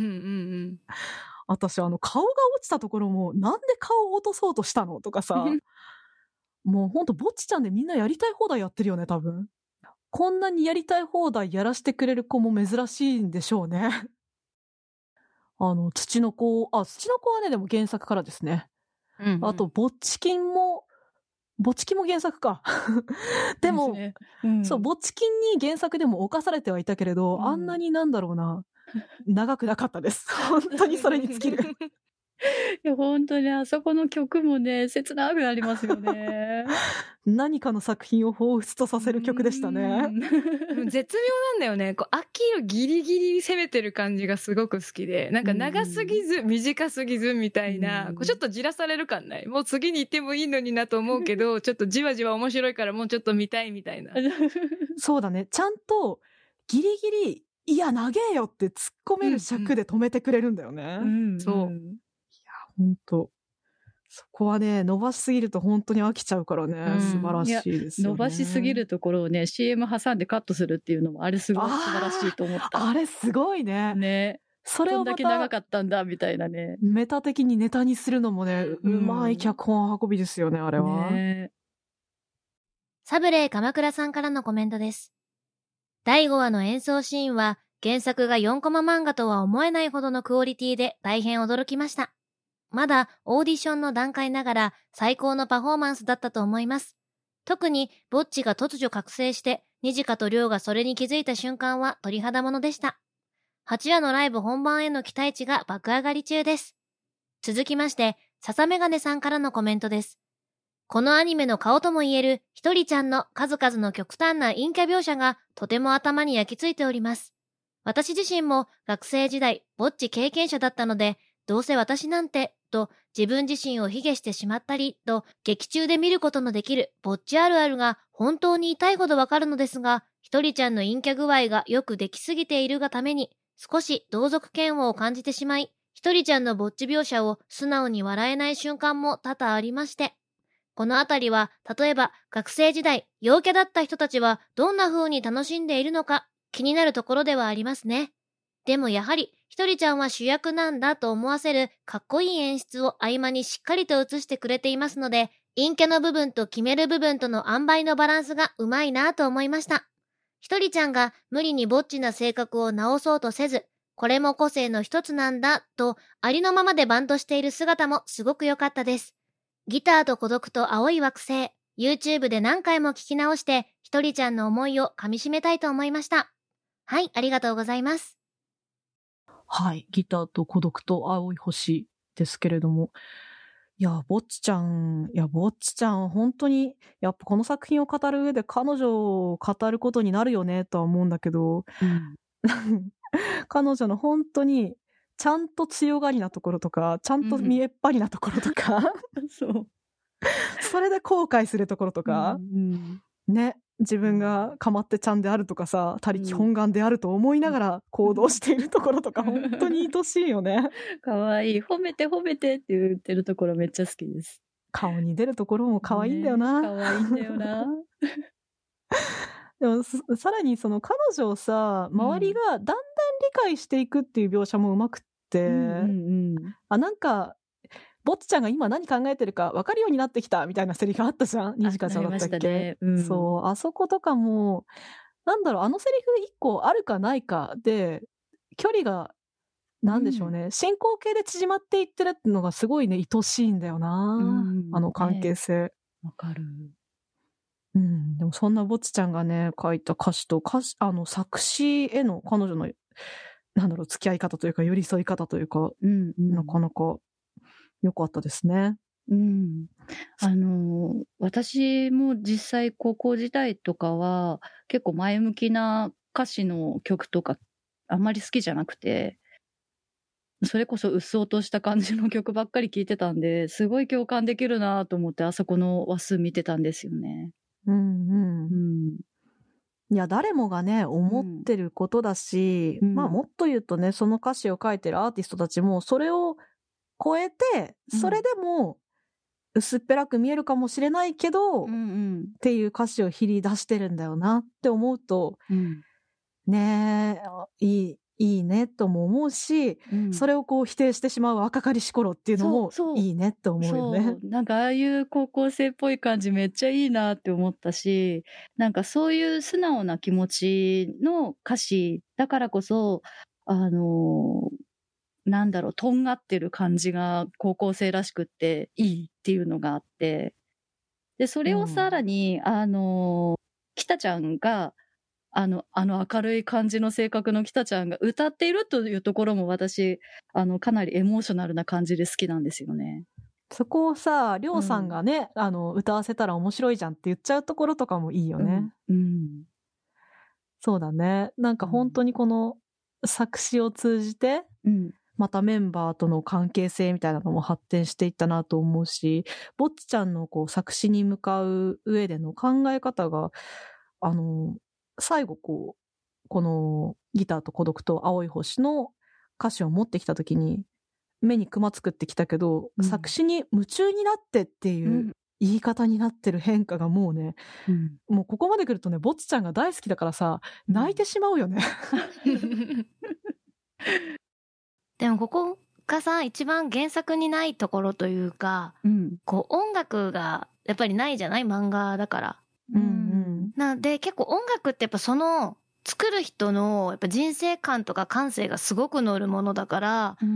私、あの、顔が落ちたところも、なんで顔を落とそうとしたのとかさ、もうほんと、ぼっちちゃんでみんなやりたい放題やってるよね、多分。こんなにやりたい放題やらしてくれる子も珍しいんでしょうね。あの、土の子、あ、土の子はね、でも原作からですね。うんうん、あと、ぼっちきんも、ぼっちきんも原作か。でも、でねうん、そう、ぼっちきんに原作でも侵されてはいたけれど、うん、あんなになんだろうな、長くなかったです。本当にそれに尽きる。 いや本当にあそこの曲もね切なくなりますよね。 何かの作品を彷彿とさせる曲でしたね。 絶妙なんだよね。こう秋をギリギリ攻めてる感じがすごく好きで、なんか長すぎず短すぎずみたいな、こうちょっとじらされる感ない。もう次に行ってもいいのになと思うけどちょっとじわじわ面白いからもうちょっと見たいみたいな。 そうだね、ちゃんとギリギリいや長えよって突っ込める尺で止めてくれるんだよね。 うんうん、そう本当そこはね伸ばしすぎると本当に飽きちゃうからね、うん、素晴らしいですよね。 伸ばしすぎるところをね シーエム 挟んでカットするっていうのもあれすごい素晴らしいと思った。 あれすごいね。 ね、それをまたこんだけ長かったんだみたいなね。 メタ的にネタにするのもね、うん、うまい脚本運びですよねあれは。ね、 サブレー鎌倉さんからのコメントです。だいごわの演奏シーンは原作がよんコマ漫画とは思えないほどのクオリティで大変驚きました。まだオーディションの段階ながら最高のパフォーマンスだったと思います。特にぼっちが突如覚醒してニジカとリョウがそれに気づいた瞬間は鳥肌ものでした。はちわのライブ本番への期待値が爆上がり中です。続きまして笹メガネさんからのコメントです。このアニメの顔ともいえるひとりちゃんの数々の極端な陰キャ描写がとても頭に焼き付いております。私自身も学生時代ぼっち経験者だったので、どうせ私なんてと自分自身を卑下してしまったりと劇中で見ることのできるぼっちあるあるが本当に痛いほどわかるのですが、ひとりちゃんの陰キャ具合がよくできすぎているがために少し同族嫌悪を感じてしまい、ひとりちゃんのぼっち描写を素直に笑えない瞬間も多々ありまして、このあたりは例えば学生時代陽キャだった人たちはどんな風に楽しんでいるのか気になるところではありますね。でもやはりひとりちゃんは主役なんだと思わせるかっこいい演出を合間にしっかりと映してくれていますので、陰キャの部分と決める部分との塩梅のバランスがうまいなと思いました。ひとりちゃんが無理にぼっちな性格を直そうとせず、これも個性の一つなんだとありのままでバンドしている姿もすごく良かったです。ギターと孤独と青い惑星、YouTube で何回も聞き直してひとりちゃんの思いをかみしめたいと思いました。はい、ありがとうございます。 はい、ギターと孤独と青い星ですけれども、 いや、ぼっちちゃん、いや、ぼっちちゃん、本当に、やっぱこの作品を語る上で彼女を語ることになるよね、とは思うんだけど、 うん、 彼女の本当に、ちゃんと強がりなところとか、ちゃんと見えっ張りなところとか、 そう。 それで後悔するところとか、 うんね、自分がかまってちゃんであるとかさ、他力本願であると思いながら行動しているところとか、本当に愛しいよね。 かわいい。褒めて褒めてって言ってるところめっちゃ好きです。 顔に出るところも可愛いんだよな。 ね、可愛いんだよな。 でもさらにその彼女をさ、周りがだんだん理解していくっていう描写もうまくって、 うんうんうん、 あ、なんか、ぼっちちゃんが今何考えてるか分かるようになってきたみたいなセリフあったじゃん。にじかちゃんだったっけ、 ね、うん、 そう、あそことかも、なんだろう、あのセリフ一個あるかないかで、距離が、なんでしょうね、うん、進行形で縮まっていってるってのがすごいね、愛しいんだよな、うん、あの関係性。 わ、ね、かる。 うん、でもそんなぼっちちゃんがね、書いた歌詞と、歌詞、あの、作詞への彼女の、なんだろう、付き合い方というか、寄り添い方というか、 うんうん、 なかなか良かったですね。 うん。あの、私も実際高校時代とかは、結構前向きな歌詞の曲とか、あんまり好きじゃなくて、それこそうっそうとした感じの曲ばっかり聴いてたんで、すごい共感できるなと思って、あそこの話数見てたんですよね。 うんうん。 うん、 いや、誰もがね、思ってることだし、うん、まあもっと言うとね、その歌詞を書いてるアーティストたちも、それを超えて、それでも薄っぺらく見えるかもしれないけど、 うんうん、 っていう歌詞を切り出してるんだよなって思うと、 うん、 ねえ、いい。いいねとも思うし、うん、それをこう否定してしまう若かりし頃っていうのもいいねって思うよね。 そうそう、なんかああいう高校生っぽい感じめっちゃいいなって思ったし、なんかそういう素直な気持ちの歌詞だからこそ、あの、なんだろう、とんがってる感じが高校生らしくっていいっていうのがあって、で、それをさらに、うん、あの、北ちゃんが、あの、あの明るい感じの性格の北ちゃんが歌っているというところも私、あの、かなりエモーショナルな感じで好きなんですよね。 そこをさ、りょうさんがね、うん、あの、歌わせたら面白いじゃんって言っちゃうところとかもいいよね。 うん。うん、 そうだね。なんか本当にこの作詞を通じて、うん、またメンバーとの関係性みたいなのも発展していったなと思うし、ぼっちちゃんのこう作詞に向かう上での考え方が、あの、最後こう、このギターと孤独と青い星の歌詞を持ってきたときに、目にクマつくってきたけど、うん、作詞に夢中になってっていう言い方になってる変化がもうね、うん、もうここまで来るとね、ぼっちちゃんが大好きだからさ、泣いてしまうよね。 でもここがさ、一番原作にないところというか、うん、こう音楽がやっぱりないじゃない？漫画だから。うんうん、なので結構音楽ってやっぱその作る人のやっぱ人生観とか感性がすごく乗るものだから、うんうん、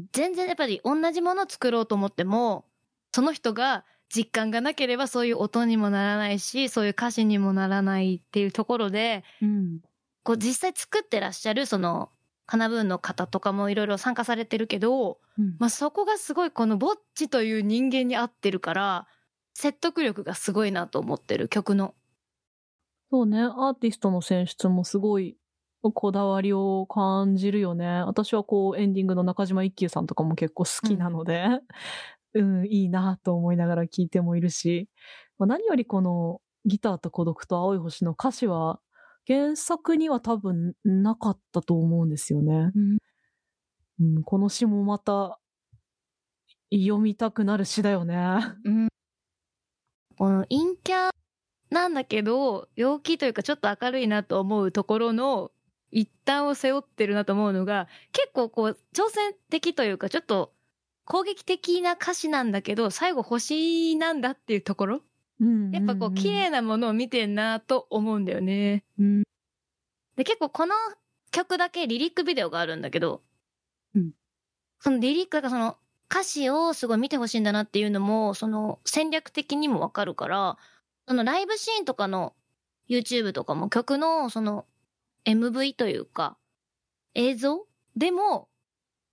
全然やっぱり同じものを作ろうと思ってもその人が実感がなければそういう音にもならないし、そういう歌詞にもならないっていうところで、うん、こう実際作ってらっしゃるそのカナブーンの方とかもいろいろ参加されてるけど、うん、まあそこがすごいこのぼっちという人間に合ってるから説得力がすごいなと思ってる曲の。 そうね、アーティストの選出もすごいこだわりを感じるよね。私はこうエンディングの中島一休さんとかも結構好きなので、うん、うん、いいなと思いながら聴いてもいるし、まあ、何よりこのギターと孤独と青い星の歌詞は原作には多分なかったと思うんですよね。うんうん、この詩もまた読みたくなる詩だよね。 うん、この陰キャなんだけど陽気というかちょっと明るいなと思うところの一端を背負ってるなと思うのが、結構こう挑戦的というかちょっと攻撃的な歌詞なんだけど最後星なんだっていうところ、うんうんうん、やっぱこう綺麗なものを見てんなと思うんだよね、うん、で結構この曲だけリリックビデオがあるんだけど、うん、そのリリックがその歌詞をすごい見てほしいんだなっていうのもその戦略的にもわかるから、そのライブシーンとかの YouTube とかも曲のその エムブイ というか映像でも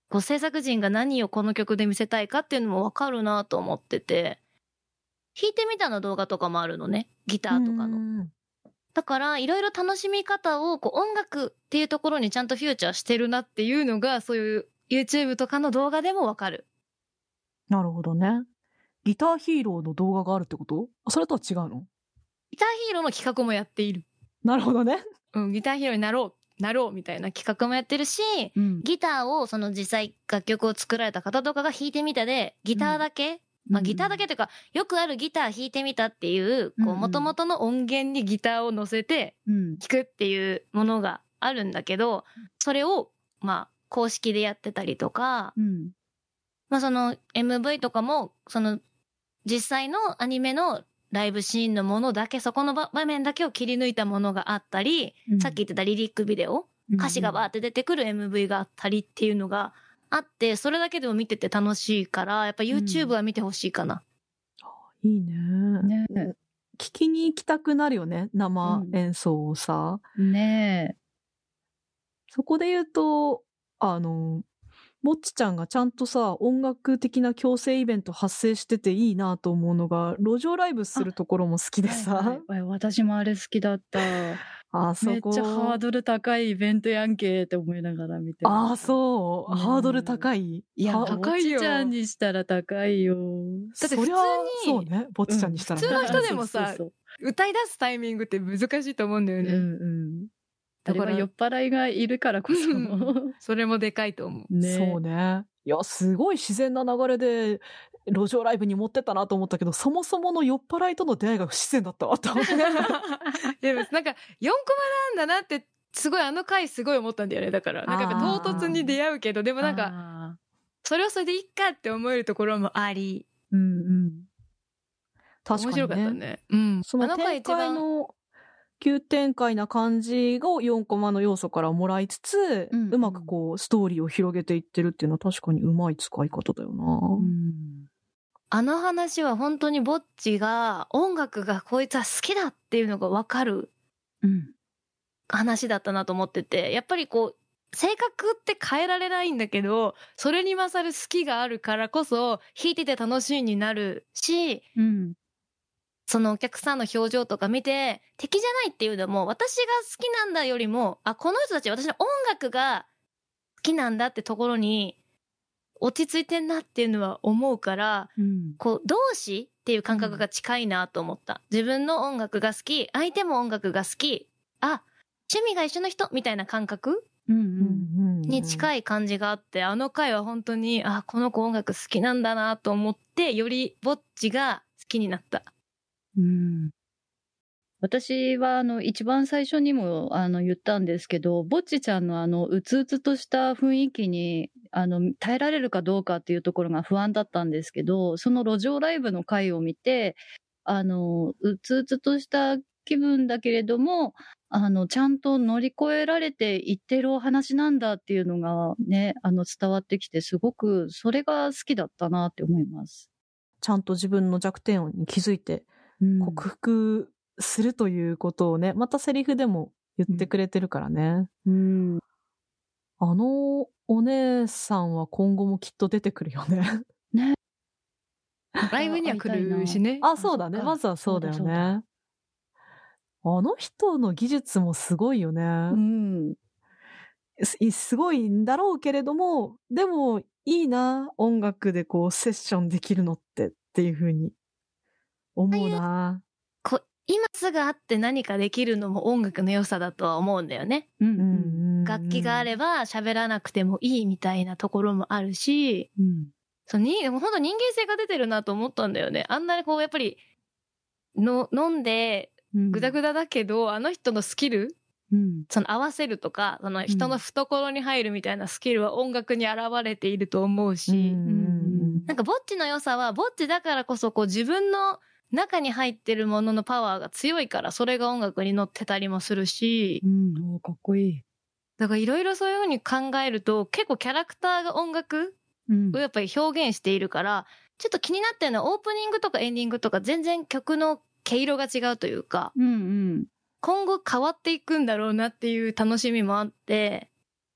こう制作陣が何をこの曲で見せたいかっていうのもわかるなと思ってて、弾いてみたの動画とかもあるのね。ギターとかの。 うんだからいろいろ楽しみ方をこう音楽っていうところにちゃんとフューチャーしてるなっていうのが、そういう YouTube とかの動画でもわかる。 なるほどね。ギターヒーローの動画があるってこと？それとは違うの？ ギターヒーローの企画もやっている。 なるほどね。 うん、ギターヒーローになろう、なろうみたいな企画もやってるし、 うん。 ギターをその実際楽曲を作られた方とかが弾いてみたで、ギターだけ、まあギターだけというか、よくあるギター弾いてみたっていう、こう、 うんうん元々の音源にギターを乗せてうん。 弾くっていうものがあるんだけど、それを、まあ、公式でやってたりとか、 うん。 まあその エムブイ とかも、その、実際のアニメのライブシーンのものだけ、そこの場場面だけを切り抜いたものがあったり、 うんさっき言ってたリリックビデオ、歌詞がバーって出てくる エムブイ があったりっていうのがあって、それだけでも見てて楽しいから、やっぱ YouTube は見てほしいかな。 いいね。 ね聞きに行きたくなるよね。生演奏をさ。 ねそこで言うと、あの、ぼっちちゃんがちゃんとさ、音楽的な強制イベント発生してていいなと思うのが、路上ライブするところも好きでさ。 はいはいはい、私もあれ好きだった。 あそこ。 めっちゃハードル高いイベントやんけって思いながら見てました。 ああ、そう。 うんハードル高い。 いや、 は高いよぼっちちゃんにしたら高いよ。 だって普通にそりゃそうね。ぼっちちゃんにしたらね。 普通の人でもさそうそう歌い出すタイミングって難しいと思うんだよね。 そううんうん。 だかだからら酔っ払いがいるからこそ。 それもでかいと思う。 ね。 そうね。いや、すごい自然な流れで、路上ライブに持ってったなと思ったけど、そもそもの酔っ払いとの出会いが不自然だったわと思って。 でもなんかよんコマなんだなってすごいあの回すごい思ったんだよね。だからなんかやっぱ唐突に出会うけど、でもなんかあそれはそれでいいかって思えるところもあり、 ー、うんうん。 確かにね。 面白かったね。うん。 その展開の急展開な感じをよんコマの要素からもらいつつ、 うんうまくこうストーリーを広げていってるっていうのは確かにうまい使い方だよな。 うんあの話は本当にぼっちが音楽がこいつは好きだっていうのがわかるうん話だったなと思ってて、やっぱりこう性格って変えられないんだけど、それに勝る好きがあるからこそ弾いてて楽しいになるし、 うんそのお客さんの表情とか見て敵じゃないっていうのも、私が好きなんだよりも、あ、この人たち私の音楽が好きなんだってところに落ち着いてんなっていうのは思うから、 うんこう同志っていう感覚が近いなと思った。自分の音楽が好き、相手も音楽が好き、あ、趣味が一緒の人みたいな感覚うんうんにい。 近い感じがあって、あの回は本当に、あ、この子音楽好きなんだなと思って、よりぼっちが好きになった。 うん私はあの一番最初にもあの言ったんですけど、ぼっちちゃんのあのうつうつとした雰囲気にあの耐えられるかどうかっていうところが不安だったんですけど、その路上ライブの回を見て、あのうつうつとした気分だけれども、あのちゃんと乗り越えられていってるお話なんだっていうのがね、あの伝わってきて、すごくそれが好きだったなって思います。 ちゃんと自分の弱点に気づいてうん克服するということをね、またセリフでも言ってくれてるからね。 うんあのお姉さんは今後もきっと出てくるよね。 ライブには来るしね。 あ、そうだね。 そっかまずはそうだよそうだそうね。あの人の技術もすごいよね。 うんすすごいんだろうけれども、でもいいな、音楽でこうセッションできるのってっていう風に思うな。 こ今すぐ会って何かできるのも音楽の良さだとは思うんだよね。 うんうんうん楽器があれば喋らなくてもいいみたいなところもあるし、 うんそうにでも本当人間性が出てるなと思ったんだよね。あんなにこうやっぱりの飲んでグダグダだけど、あの人のスキル、 うんその合わせるとか、その人の懐に入るみたいなスキルは音楽に現れていると思うし、 うんうんなんかぼっちの良さはぼっちだからこそこう自分の中に入ってるもののパワーが強いから、それが音楽に乗ってたりもするし、 うんおーかっこいい。 だからいろいろそういうふうに考えると、結構キャラクターが音楽うんをやっぱり表現しているから、ちょっと気になってるのはオープニングとかエンディングとか全然曲の毛色が違うというか、 うんうん今後変わっていくんだろうなっていう楽しみもあって、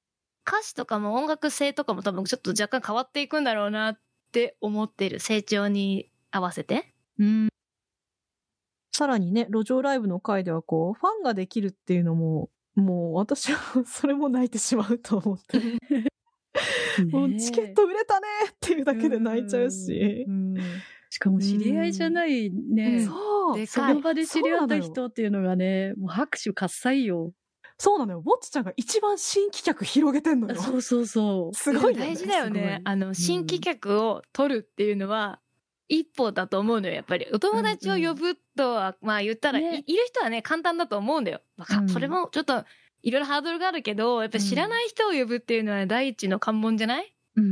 歌詞とかも音楽性とかも多分ちょっと若干変わっていくんだろうなって思ってる。成長に合わせて。 うん。 さらにね、路上ライブの回ではこう、ファンができるっていうのも、もう私はそれも泣いてしまうと思って。もうチケット売れたねっていうだけで泣いちゃうし。 うんうん、しかも知り合いじゃないね。 うん、そう。 その場で知り合った人っていうのがね、もう拍手喝采よ。 そうなのよ。ぼっちちゃんが一番新規客広げてんのよ。 そうそうそう。 すごいよね。 大事だよね。あの、新規客を取るっていうのは、一歩だと思うのよ、やっぱり。お友達を呼ぶとは、うんうん、まあ言ったら、ね、い, いる人はね、簡単だと思うんだよ。まあ、それもちょっと、いろいろハードルがあるけど、やっぱり知らない人を呼ぶっていうのは第一の関門じゃない？ うんうん。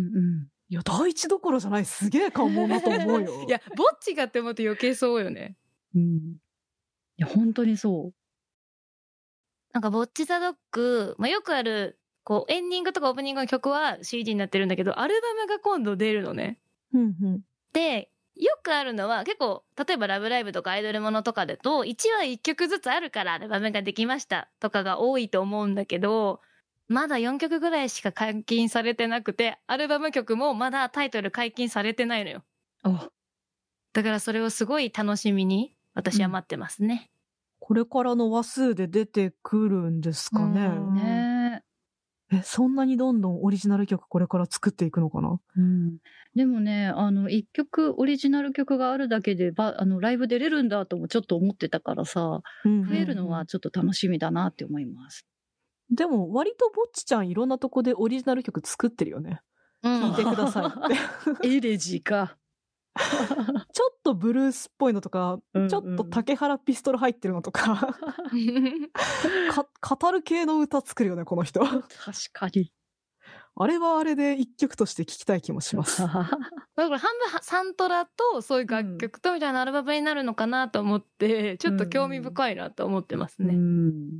いや、第一どころじゃない。すげえ関門だと思うよ。 いや、ぼっちがって思うと余計そうよね。 うん。いや、本当にそう。 なんか、ぼっちザドッグ、まあ、よくある、こう、エンディングとかオープニングの曲は シーディー になってるんだけど、アルバムが今度出るのね。 うんうん。 で、よくあるのは、結構、例えばラブライブとかアイドルものとかだと、いちわいっきょくずつあるからアルバムができましたとかが多いと思うんだけど、まだよんきょくぐらいしか解禁されてなくて、アルバム曲もまだタイトル解禁されてないのよ。だからそれをすごい楽しみに、私は待ってますね。 うん、これからの話数で出てくるんですかね。 ねえ、そんなにどんどんオリジナル曲これから作っていくのかな？ うん。でもね、あの、一曲オリジナル曲があるだけで、ば、あの、ライブ出れるんだともちょっと思ってたからさ、うんうんうん、増えるのはちょっと楽しみだなって思います。 でも、割とぼっちちゃんいろんなとこでオリジナル曲作ってるよね。うん、聞いてくださいって。 エレジか。 ちょっとブルースっぽいのとか、うんうん、ちょっと竹原ピストル入ってるのとかか語る系の歌作るよねこの人。 確かに。 あれはあれで一曲として聴きたい気もします。 だから半分サントラとそういう楽曲とみたいなアルバムになるのかなと思って、うん、ちょっと興味深いなと思ってますね。うん、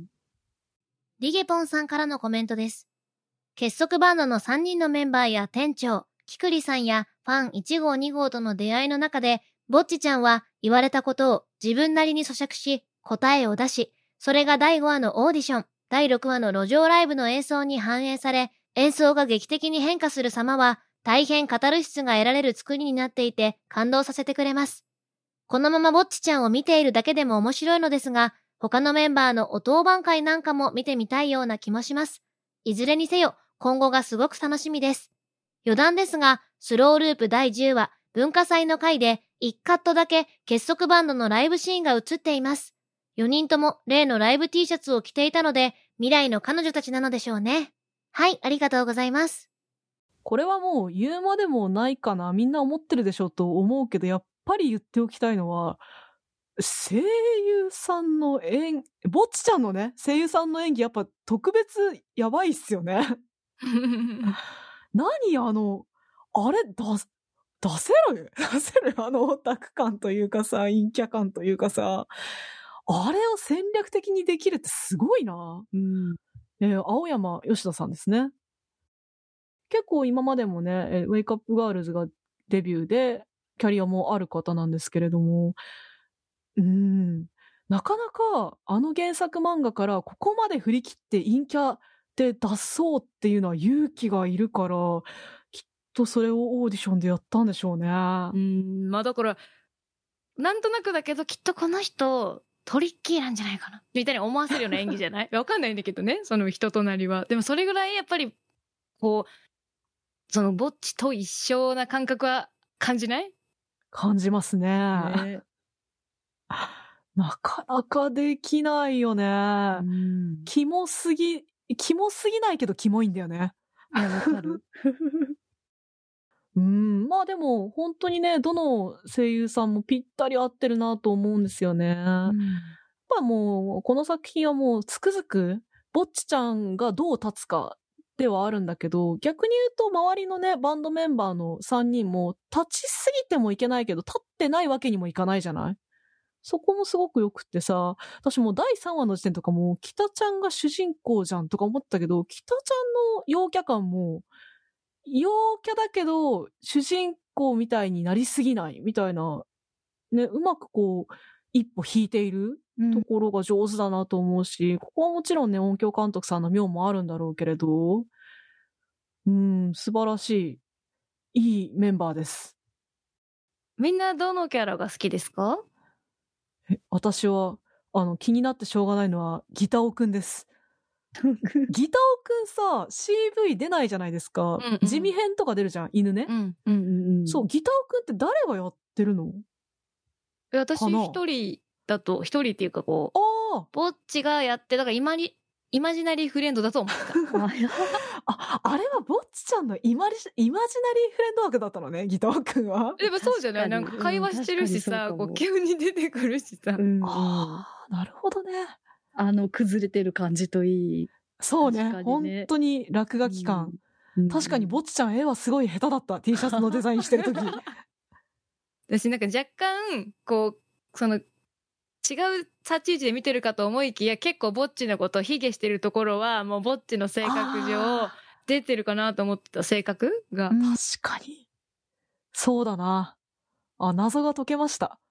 リゲポンさんからのコメントです。結束バンドのさんにんのメンバーや店長キクリさんやファンいち号に号との出会いの中で、ぼっちちゃんは言われたことを自分なりに咀嚼し、答えを出し、それがだいごわのオーディション、だいろくわの路上ライブの演奏に反映され、演奏が劇的に変化する様は、大変カタルシスが得られる作りになっていて、感動させてくれます。このままぼっちちゃんを見ているだけでも面白いのですが、他のメンバーのお当番会なんかも見てみたいような気もします。いずれにせよ、今後がすごく楽しみです。余談ですが、スローループだいじゅうわ、文化祭の回で、いちカットだけ結束バンドのライブシーンが映っています。よにんとも例のライブ T シャツを着ていたので、未来の彼女たちなのでしょうね。はい、ありがとうございます。 これはもう言うまでもないかな、みんな思ってるでしょうと思うけど、やっぱり言っておきたいのは、声優さんの演、ぼっちちゃんのね、声優さんの演技やっぱ特別やばいっすよね。何あの、あれ、出、出せる出せるあのオタク感というかさ、陰キャ感というかさ、あれを戦略的にできるってすごいな。うん。えー、青山吉田さんですね。結構今までもね、えー、ウェイクアップガールズがデビューで、キャリアもある方なんですけれども、うーん、なかなかあの原作漫画からここまで振り切って陰キャで出そうっていうのは勇気がいるから、きっとそれをオーディションでやったんでしょうね。うーん、まあだから、なんとなくだけどきっとこの人、トリッキーなんじゃないかなみたいに思わせるような演技じゃないわかんないんだけどね、その人となりは。でもそれぐらいやっぱり、こう、そのぼっちと一緒な感覚は感じない？ 感じますね。ねなかなかできないよね。うん、キモすぎ、キモすぎないけどキモいんだよね。 いや、わかる。 うん、まあでも本当にね、どの声優さんもぴったり合ってるなと思うんですよね。うん、まあもうこの作品はもうつくづくぼっちちゃんがどう立つかではあるんだけど、逆に言うと周りのねバンドメンバーのさんにんも立ちすぎてもいけないけど立ってないわけにもいかないじゃない。そこもすごくよくってさ、私もうだいさんわの時点とかも北ちゃんが主人公じゃんとか思ったけど、北ちゃんの陽キャ感も陽キャだけど主人公みたいになりすぎないみたいなね、うまくこう一歩引いているところが上手だなと思うし、うん、ここはもちろんね音響監督さんの妙もあるんだろうけれど、 うん、素晴らしい。いいメンバーです。 みんなどのキャラが好きですか？ え、私は、あの、気になってしょうがないのは、ギタオくんです。ギタオくんさ、シーブイ 出ないじゃないですか。 うんうん、 地味編とか出るじゃん、犬ね。 うん。うんうんうん、 そう、ギタオくんって誰がやってるの？ 私一人だと、一人っていうかこう、 あぼっちがやって、だから今に、イマジナリーフレンドだと思った。 あ、あれはぼっちちゃんのイマリイマジナリーフレンド枠だったのね、ギターくんは。 でもそうじゃない？なんか会話してるしさ、こう急に出てくるしさ。 うんうん、 ああ、なるほどね。 あの崩れてる感じといい。 そうね、ね、本当に落書き感、うん、確かにぼっちちゃん絵はすごい下手だった。T シャツのデザインしてる時。 私なんか若干こうその違う立ち位置で見てるかと思いきや、結構ぼっちのことを卑下してるところはもうぼっちの性格上出てるかなと思ってた。性格が、 確かにそうだなあ。謎が解けました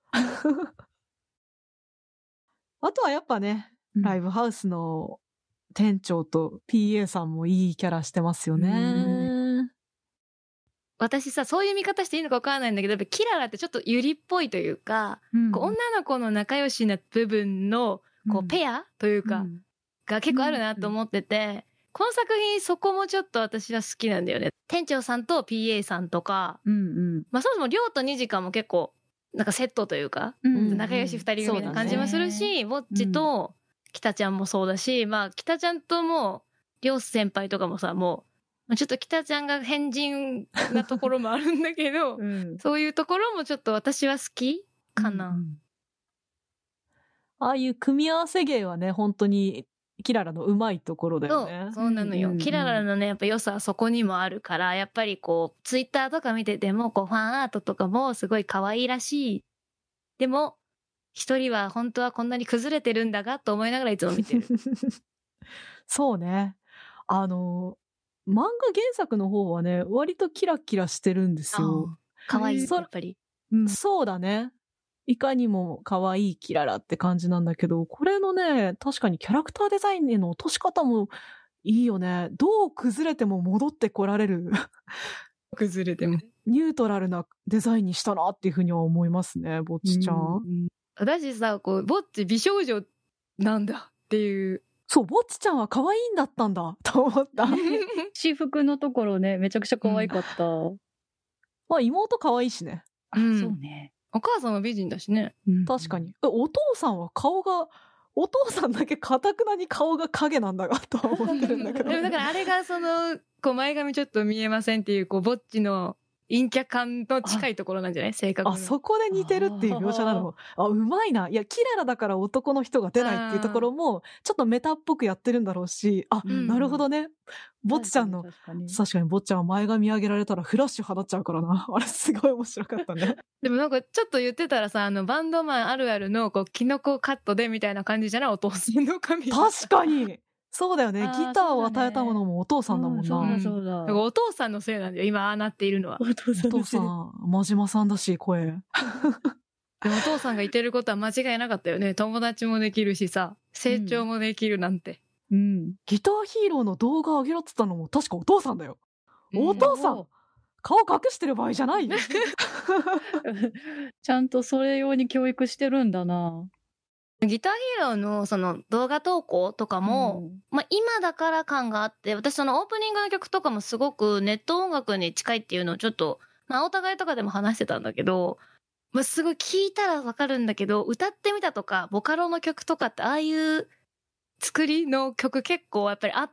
あとはやっぱね、ライブハウスの店長と ピーエー さんもいいキャラしてますよね。 私さ、そういう見方していいのか分からないんだけど、やっぱキララってちょっとユリっぽいというか、うん、こう女の子の仲良しな部分のこうペアというか、うん、が結構あるなと思ってて、うん、この作品そこもちょっと私は好きなんだよね。店長さんと ピーエー さんとか、うんうん、まあそもそもりょうとにじかも結構なんかセットというか、うん、仲良し二人組な感じもするし、ぼっちと北ちゃんもそうだし、まあ北ちゃんともりょう先輩とかもさ、もうちょっと北ちゃんが変人なところもあるんだけど、うん、そういうところもちょっと私は好きかな、うんうん、 ああいう組み合わせ芸はね、本当にキララのうまいところだよね。 そう、そうなのよ、うんうんうん、キララのねやっぱ良さはそこにもあるから、やっぱりこうツイッターとか見ててもこうファンアートとかもすごい可愛いらしい。でも一人は本当はこんなに崩れてるんだがと思いながらいつも見てるそうね、あの漫画原作の方はね、割とキラキラしてるんですよ。 可愛いやっぱり、 うん、そうだね。いかにも可愛いキララって感じなんだけど、これのね、確かにキャラクターデザインへの落とし方もいいよね。どう崩れても戻ってこられる崩れてもニュートラルなデザインにしたなっていうふうには思いますね、ぼっちちゃん。うん、 私さ、こうぼっち美少女なんだっていう。 そう、ぼっちちゃんは可愛いんだったんだと思った私服のところね、めちゃくちゃ可愛かった、うん、 まあ妹可愛いしね。 あ、うん、そうね。 お母さんは美人だしね、 うん、確かに。お父さんは顔がお父さんだけかたくなに顔が影なんだがと思ってるんだけどでもだからあれがそのこう前髪ちょっと見えませんっていうこうぼっちの陰キャ感と近いところなんじゃない？性格の。あ、 そこで似てるっていう描写なの。あ、うまいな。いや、キララだから男の人が出ないっていうところも、ちょっとメタっぽくやってるんだろうし、あ、うん、なるほどね。ぼっちちゃんの、確かに、確かにぼっちゃんは前髪上げられたらフラッシュ放っちゃうからな。あれすごい面白かったね。 でもなんかちょっと言ってたらさ、あの、バンドマンあるあるの、こう、キノコカットでみたいな感じじゃない？お父さんの髪。 確かにそうだよね。ギターを与えたものもお父さんだもんな。 そうだそうだ。 だからお父さんのせいなんだよ。今ああなっているのは。 お父さんのせい。 お父さん、真島さんだし、声。でもお父さんがいてることは間違いなかったよね。友達もできるしさ、成長もできるなんて。 うん。うん、ギターヒーローの動画上げろって言ったのも確かお父さんだよ。うん、お父さん、顔隠してる場合じゃないよ。 ちゃんとそれ用に教育してるんだな。 ギターヒーローのその動画投稿とかも、うん、まあ今だから感があって、私そのオープニングの曲とかもすごくネット音楽に近いっていうのをちょっと、まあお互いとかでも話してたんだけど、まあすごい聞いたらわかるんだけど、歌ってみたとか、ボカロの曲とかってああいう作りの曲結構やっぱりあって、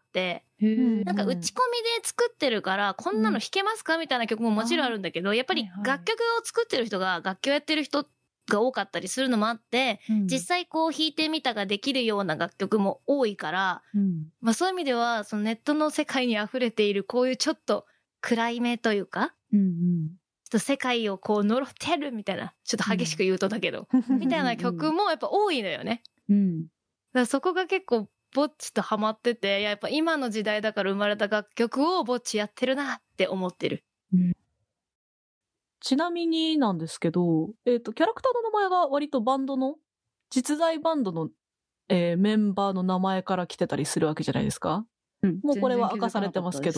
なんか打ち込みで作ってるから、こんなの弾けますかみたいな曲ももちろんあるんだけど、やっぱり楽曲を作ってる人が楽器をやってる人が多かったりするのもあって、うん、実際こう弾いてみたができるような楽曲も多いから、うん、まあそういう意味ではそのネットの世界に溢れているこういうちょっと暗い目というか、うんうん、ちょっと世界をこう呪ってるみたいな、ちょっと激しく言うとだけど、うん、みたいな曲もやっぱ多いのよね。うん、だからそこが結構ぼっちとハマってて、やっぱ今の時代だから生まれた楽曲をぼっちやってるなって思ってる。うん、 ちなみになんですけど、えっと、キャラクターの名前が割とバンドの、実在バンドの、えー、メンバーの名前から来てたりするわけじゃないですか。うん、もうこれは明かされてますけど。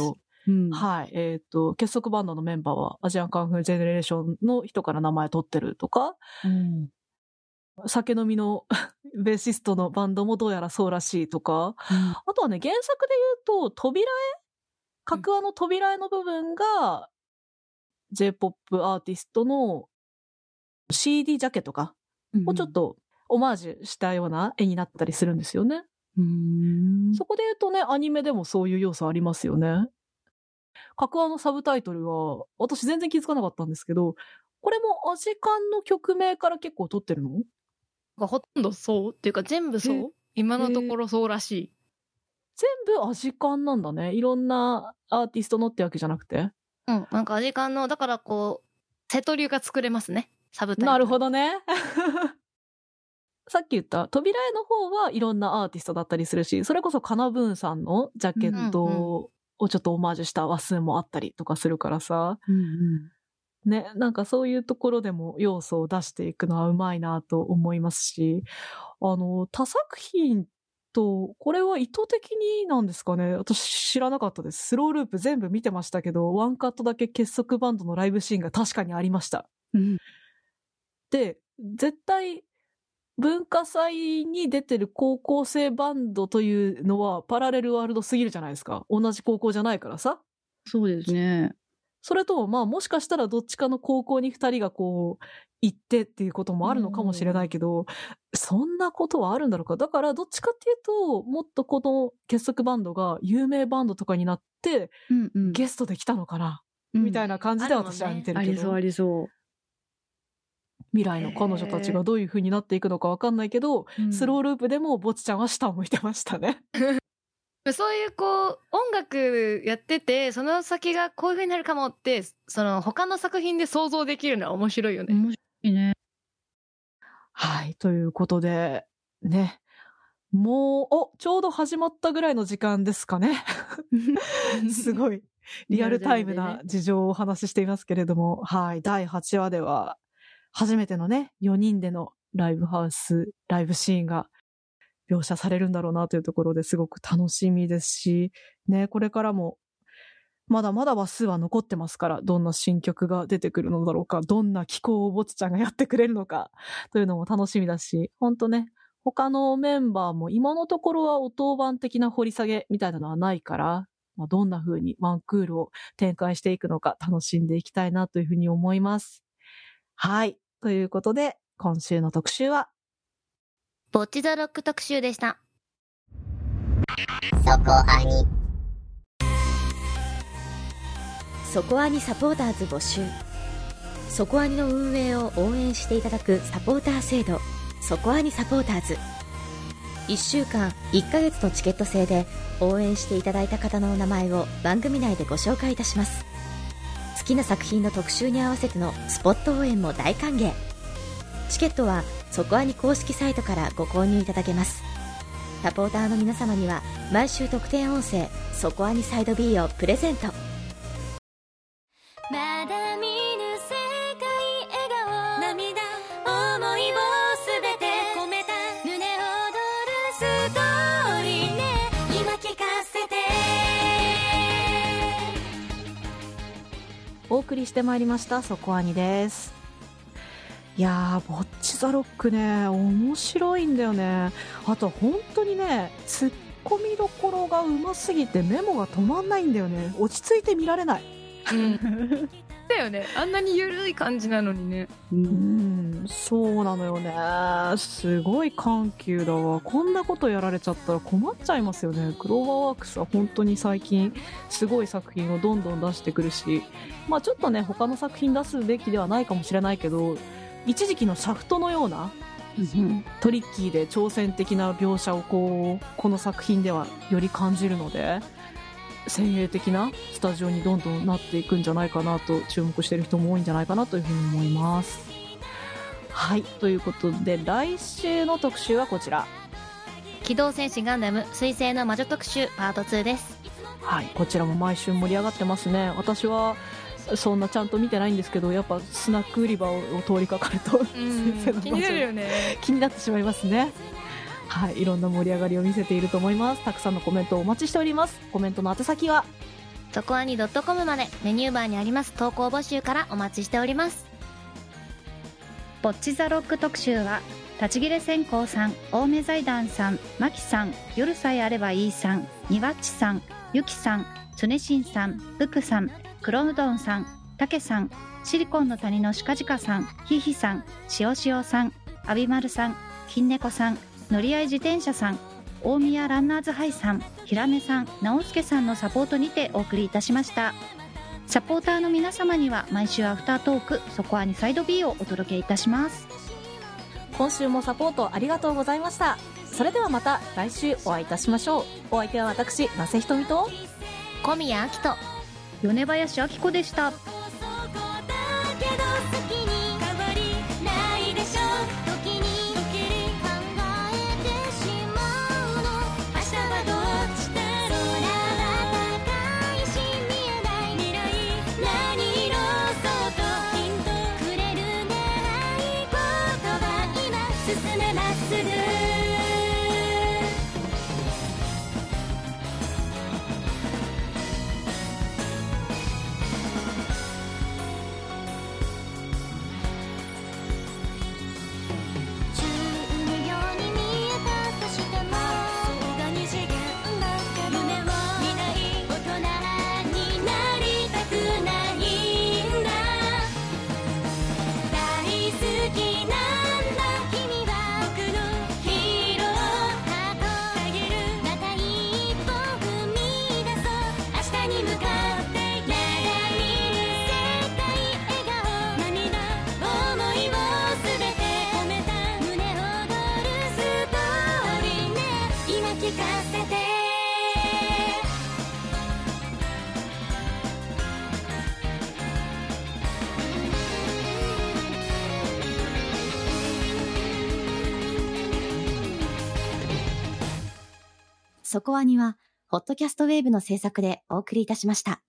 うん、 はい。えっと、結束バンドのメンバーはアジアンカンフージェネレーションの人から名前取ってるとか、 うん、 酒飲みのベーシストのバンドもどうやらそうらしいとか、 うん、 あとはね、原作で言うと、扉絵格話の扉絵の部分が、J-ポップ アーティストの シーディー ジャケとかをちょっとオマージュしたような絵になったりするんですよね。 うん、 そこで言うとね、アニメでもそういう要素ありますよね。格話のサブタイトルは、私全然気づかなかったんですけど、これもアジカンの曲名から結構撮ってるの？ ほとんどそうっていうか全部そう今のところそうらしい。 全部アジカンなんだね。いろんなアーティストのってわけじゃなくて。 うん、なんかアジカンの、だからこう、瀬戸流が作れますね。サブタイトル。 なるほどね。さっき言った扉絵の方はいろんなアーティストだったりするし、それこそカナブーンさんのジャケットをちょっとオマージュした話数もあったりとかするからさ。 うんうん、 ね、なんかそういうところでも要素を出していくのはうまいなと思いますし、あの、他作品と、これは意図的になんですかね。私知らなかったです。スローループ全部見てましたけど、ワンカットだけ結束バンドのライブシーンが確かにありました。 うん、 で、絶対文化祭に出てる高校生バンドというのはパラレルワールドすぎるじゃないですか。同じ高校じゃないからさ。 そうですね。 それともまあもしかしたらどっちかの高校に二人がこう行ってっていうこともあるのかもしれないけど、そんなことはあるんだろうか。だからどっちかっていうと、もっとこの結束バンドが有名バンドとかになって、 うんうん、 ゲストで来たのかな、 うん、 みたいな感じで私は見てるけど、 ありそうありそう。 未来の彼女たちがどういう風になっていくのかわかんないけど、スローループでもぼちちゃんは下を向いてましたね。 そういうこう音楽やっててその先がこういう風になるかもってその他の作品で想像できるのは面白いよね。 面白いね。 はい、ということでね、もうおちょうど始まったぐらいの時間ですかね。すごいリアルタイムな事情をお話ししていますけれども、はい、だいはちわでは初めてのねよにんでのライブハウスライブシーンが描写されるんだろうなというところですごく楽しみですし、ね、これからもまだまだ話数は残ってますから、どんな新曲が出てくるのだろうか、どんな機構をぼちちゃんがやってくれるのかというのも楽しみだし、ほんとね、他のメンバーも今のところは音版的な掘り下げみたいなのはないから、まあ、どんな風にワンクールを展開していくのか楽しんでいきたいなというふうに思います。はい。ということで、今週の特集はぼっちザロック特集でした。 そこアニそこアニサポーターズ募集。そこアニの運営を応援していただくサポーター制度、そこアニサポーターズ。いっしゅうかんいっかげつのチケット制で応援していただいた方のお名前を番組内でご紹介いたします。好きな作品の特集に合わせてのスポット応援も大歓迎。チケットはそこアニ公式サイトからご購入いただけます。サポーターの皆様には毎週特典音声そこアニサイド B をプレゼント。 まだ見ぬ世界笑顔涙思いをすべて込めた胸躍るストーリーね今聞かせて。 お送りしてまいりましたそこアニです。いやー、ぼっちザロックね、面白いんだよね。あと本当にね、ツッコミどころがうますぎてメモが止まんないんだよね。落ち着いて見られない。 うん、だよね。あんなにゆるい感じなのにね。 うん、そうなのよね。すごい緩急だわ。こんなことやられちゃったら困っちゃいますよね。クローバーワークスは本当に最近すごい作品をどんどん出してくるし、まあちょっとね他の作品出すべきではないかもしれないけど、一時期のシャフトのようなトリッキーで挑戦的な描写をこうこの作品ではより感じるので、先鋭的なスタジオにどんどんなっていくんじゃないかなと注目している人も多いんじゃないかなというふうに思います。はい、ということで来週の特集はこちら、 機動戦士ガンダム水星の魔女特集パートツーです。 はい、こちらも毎週盛り上がってますね。私はそんなちゃんと見てないんですけど、やっぱスナック売り場を通りかかると気になるよね。 気になってしまいますね。はい、いろんな盛り上がりを見せていると思います。たくさんのコメントをお待ちしております。コメントの宛先はそこアニ .com までメニューバーにあります投稿募集からお待ちしております。 ぼっちザロック特集は立ち切れ線香さん、青梅財団さん、マキさん、夜さえあればいいさん、にわっちさん、ゆきさん、つねしんさん、ふくさん、くろうどんさん、たけさん、シリコンの谷のしかじかさん、ひひさん、しおしおさん、あびまるさん、きんねこさん、のりあい自転車さん、大宮ランナーズハイさん、ひらめさん、なおすけさんのサポートにてお送りいたしました。サポーターの皆様には毎週アフタートークそこアニサイド B をお届けいたします。 今週もサポートありがとうございました。それではまた来週お会いいたしましょう。お相手は私、那瀬ひとみと小宮明と米林明子でした。 そこアニは、ホットキャストウェーブの制作でお送りいたしました。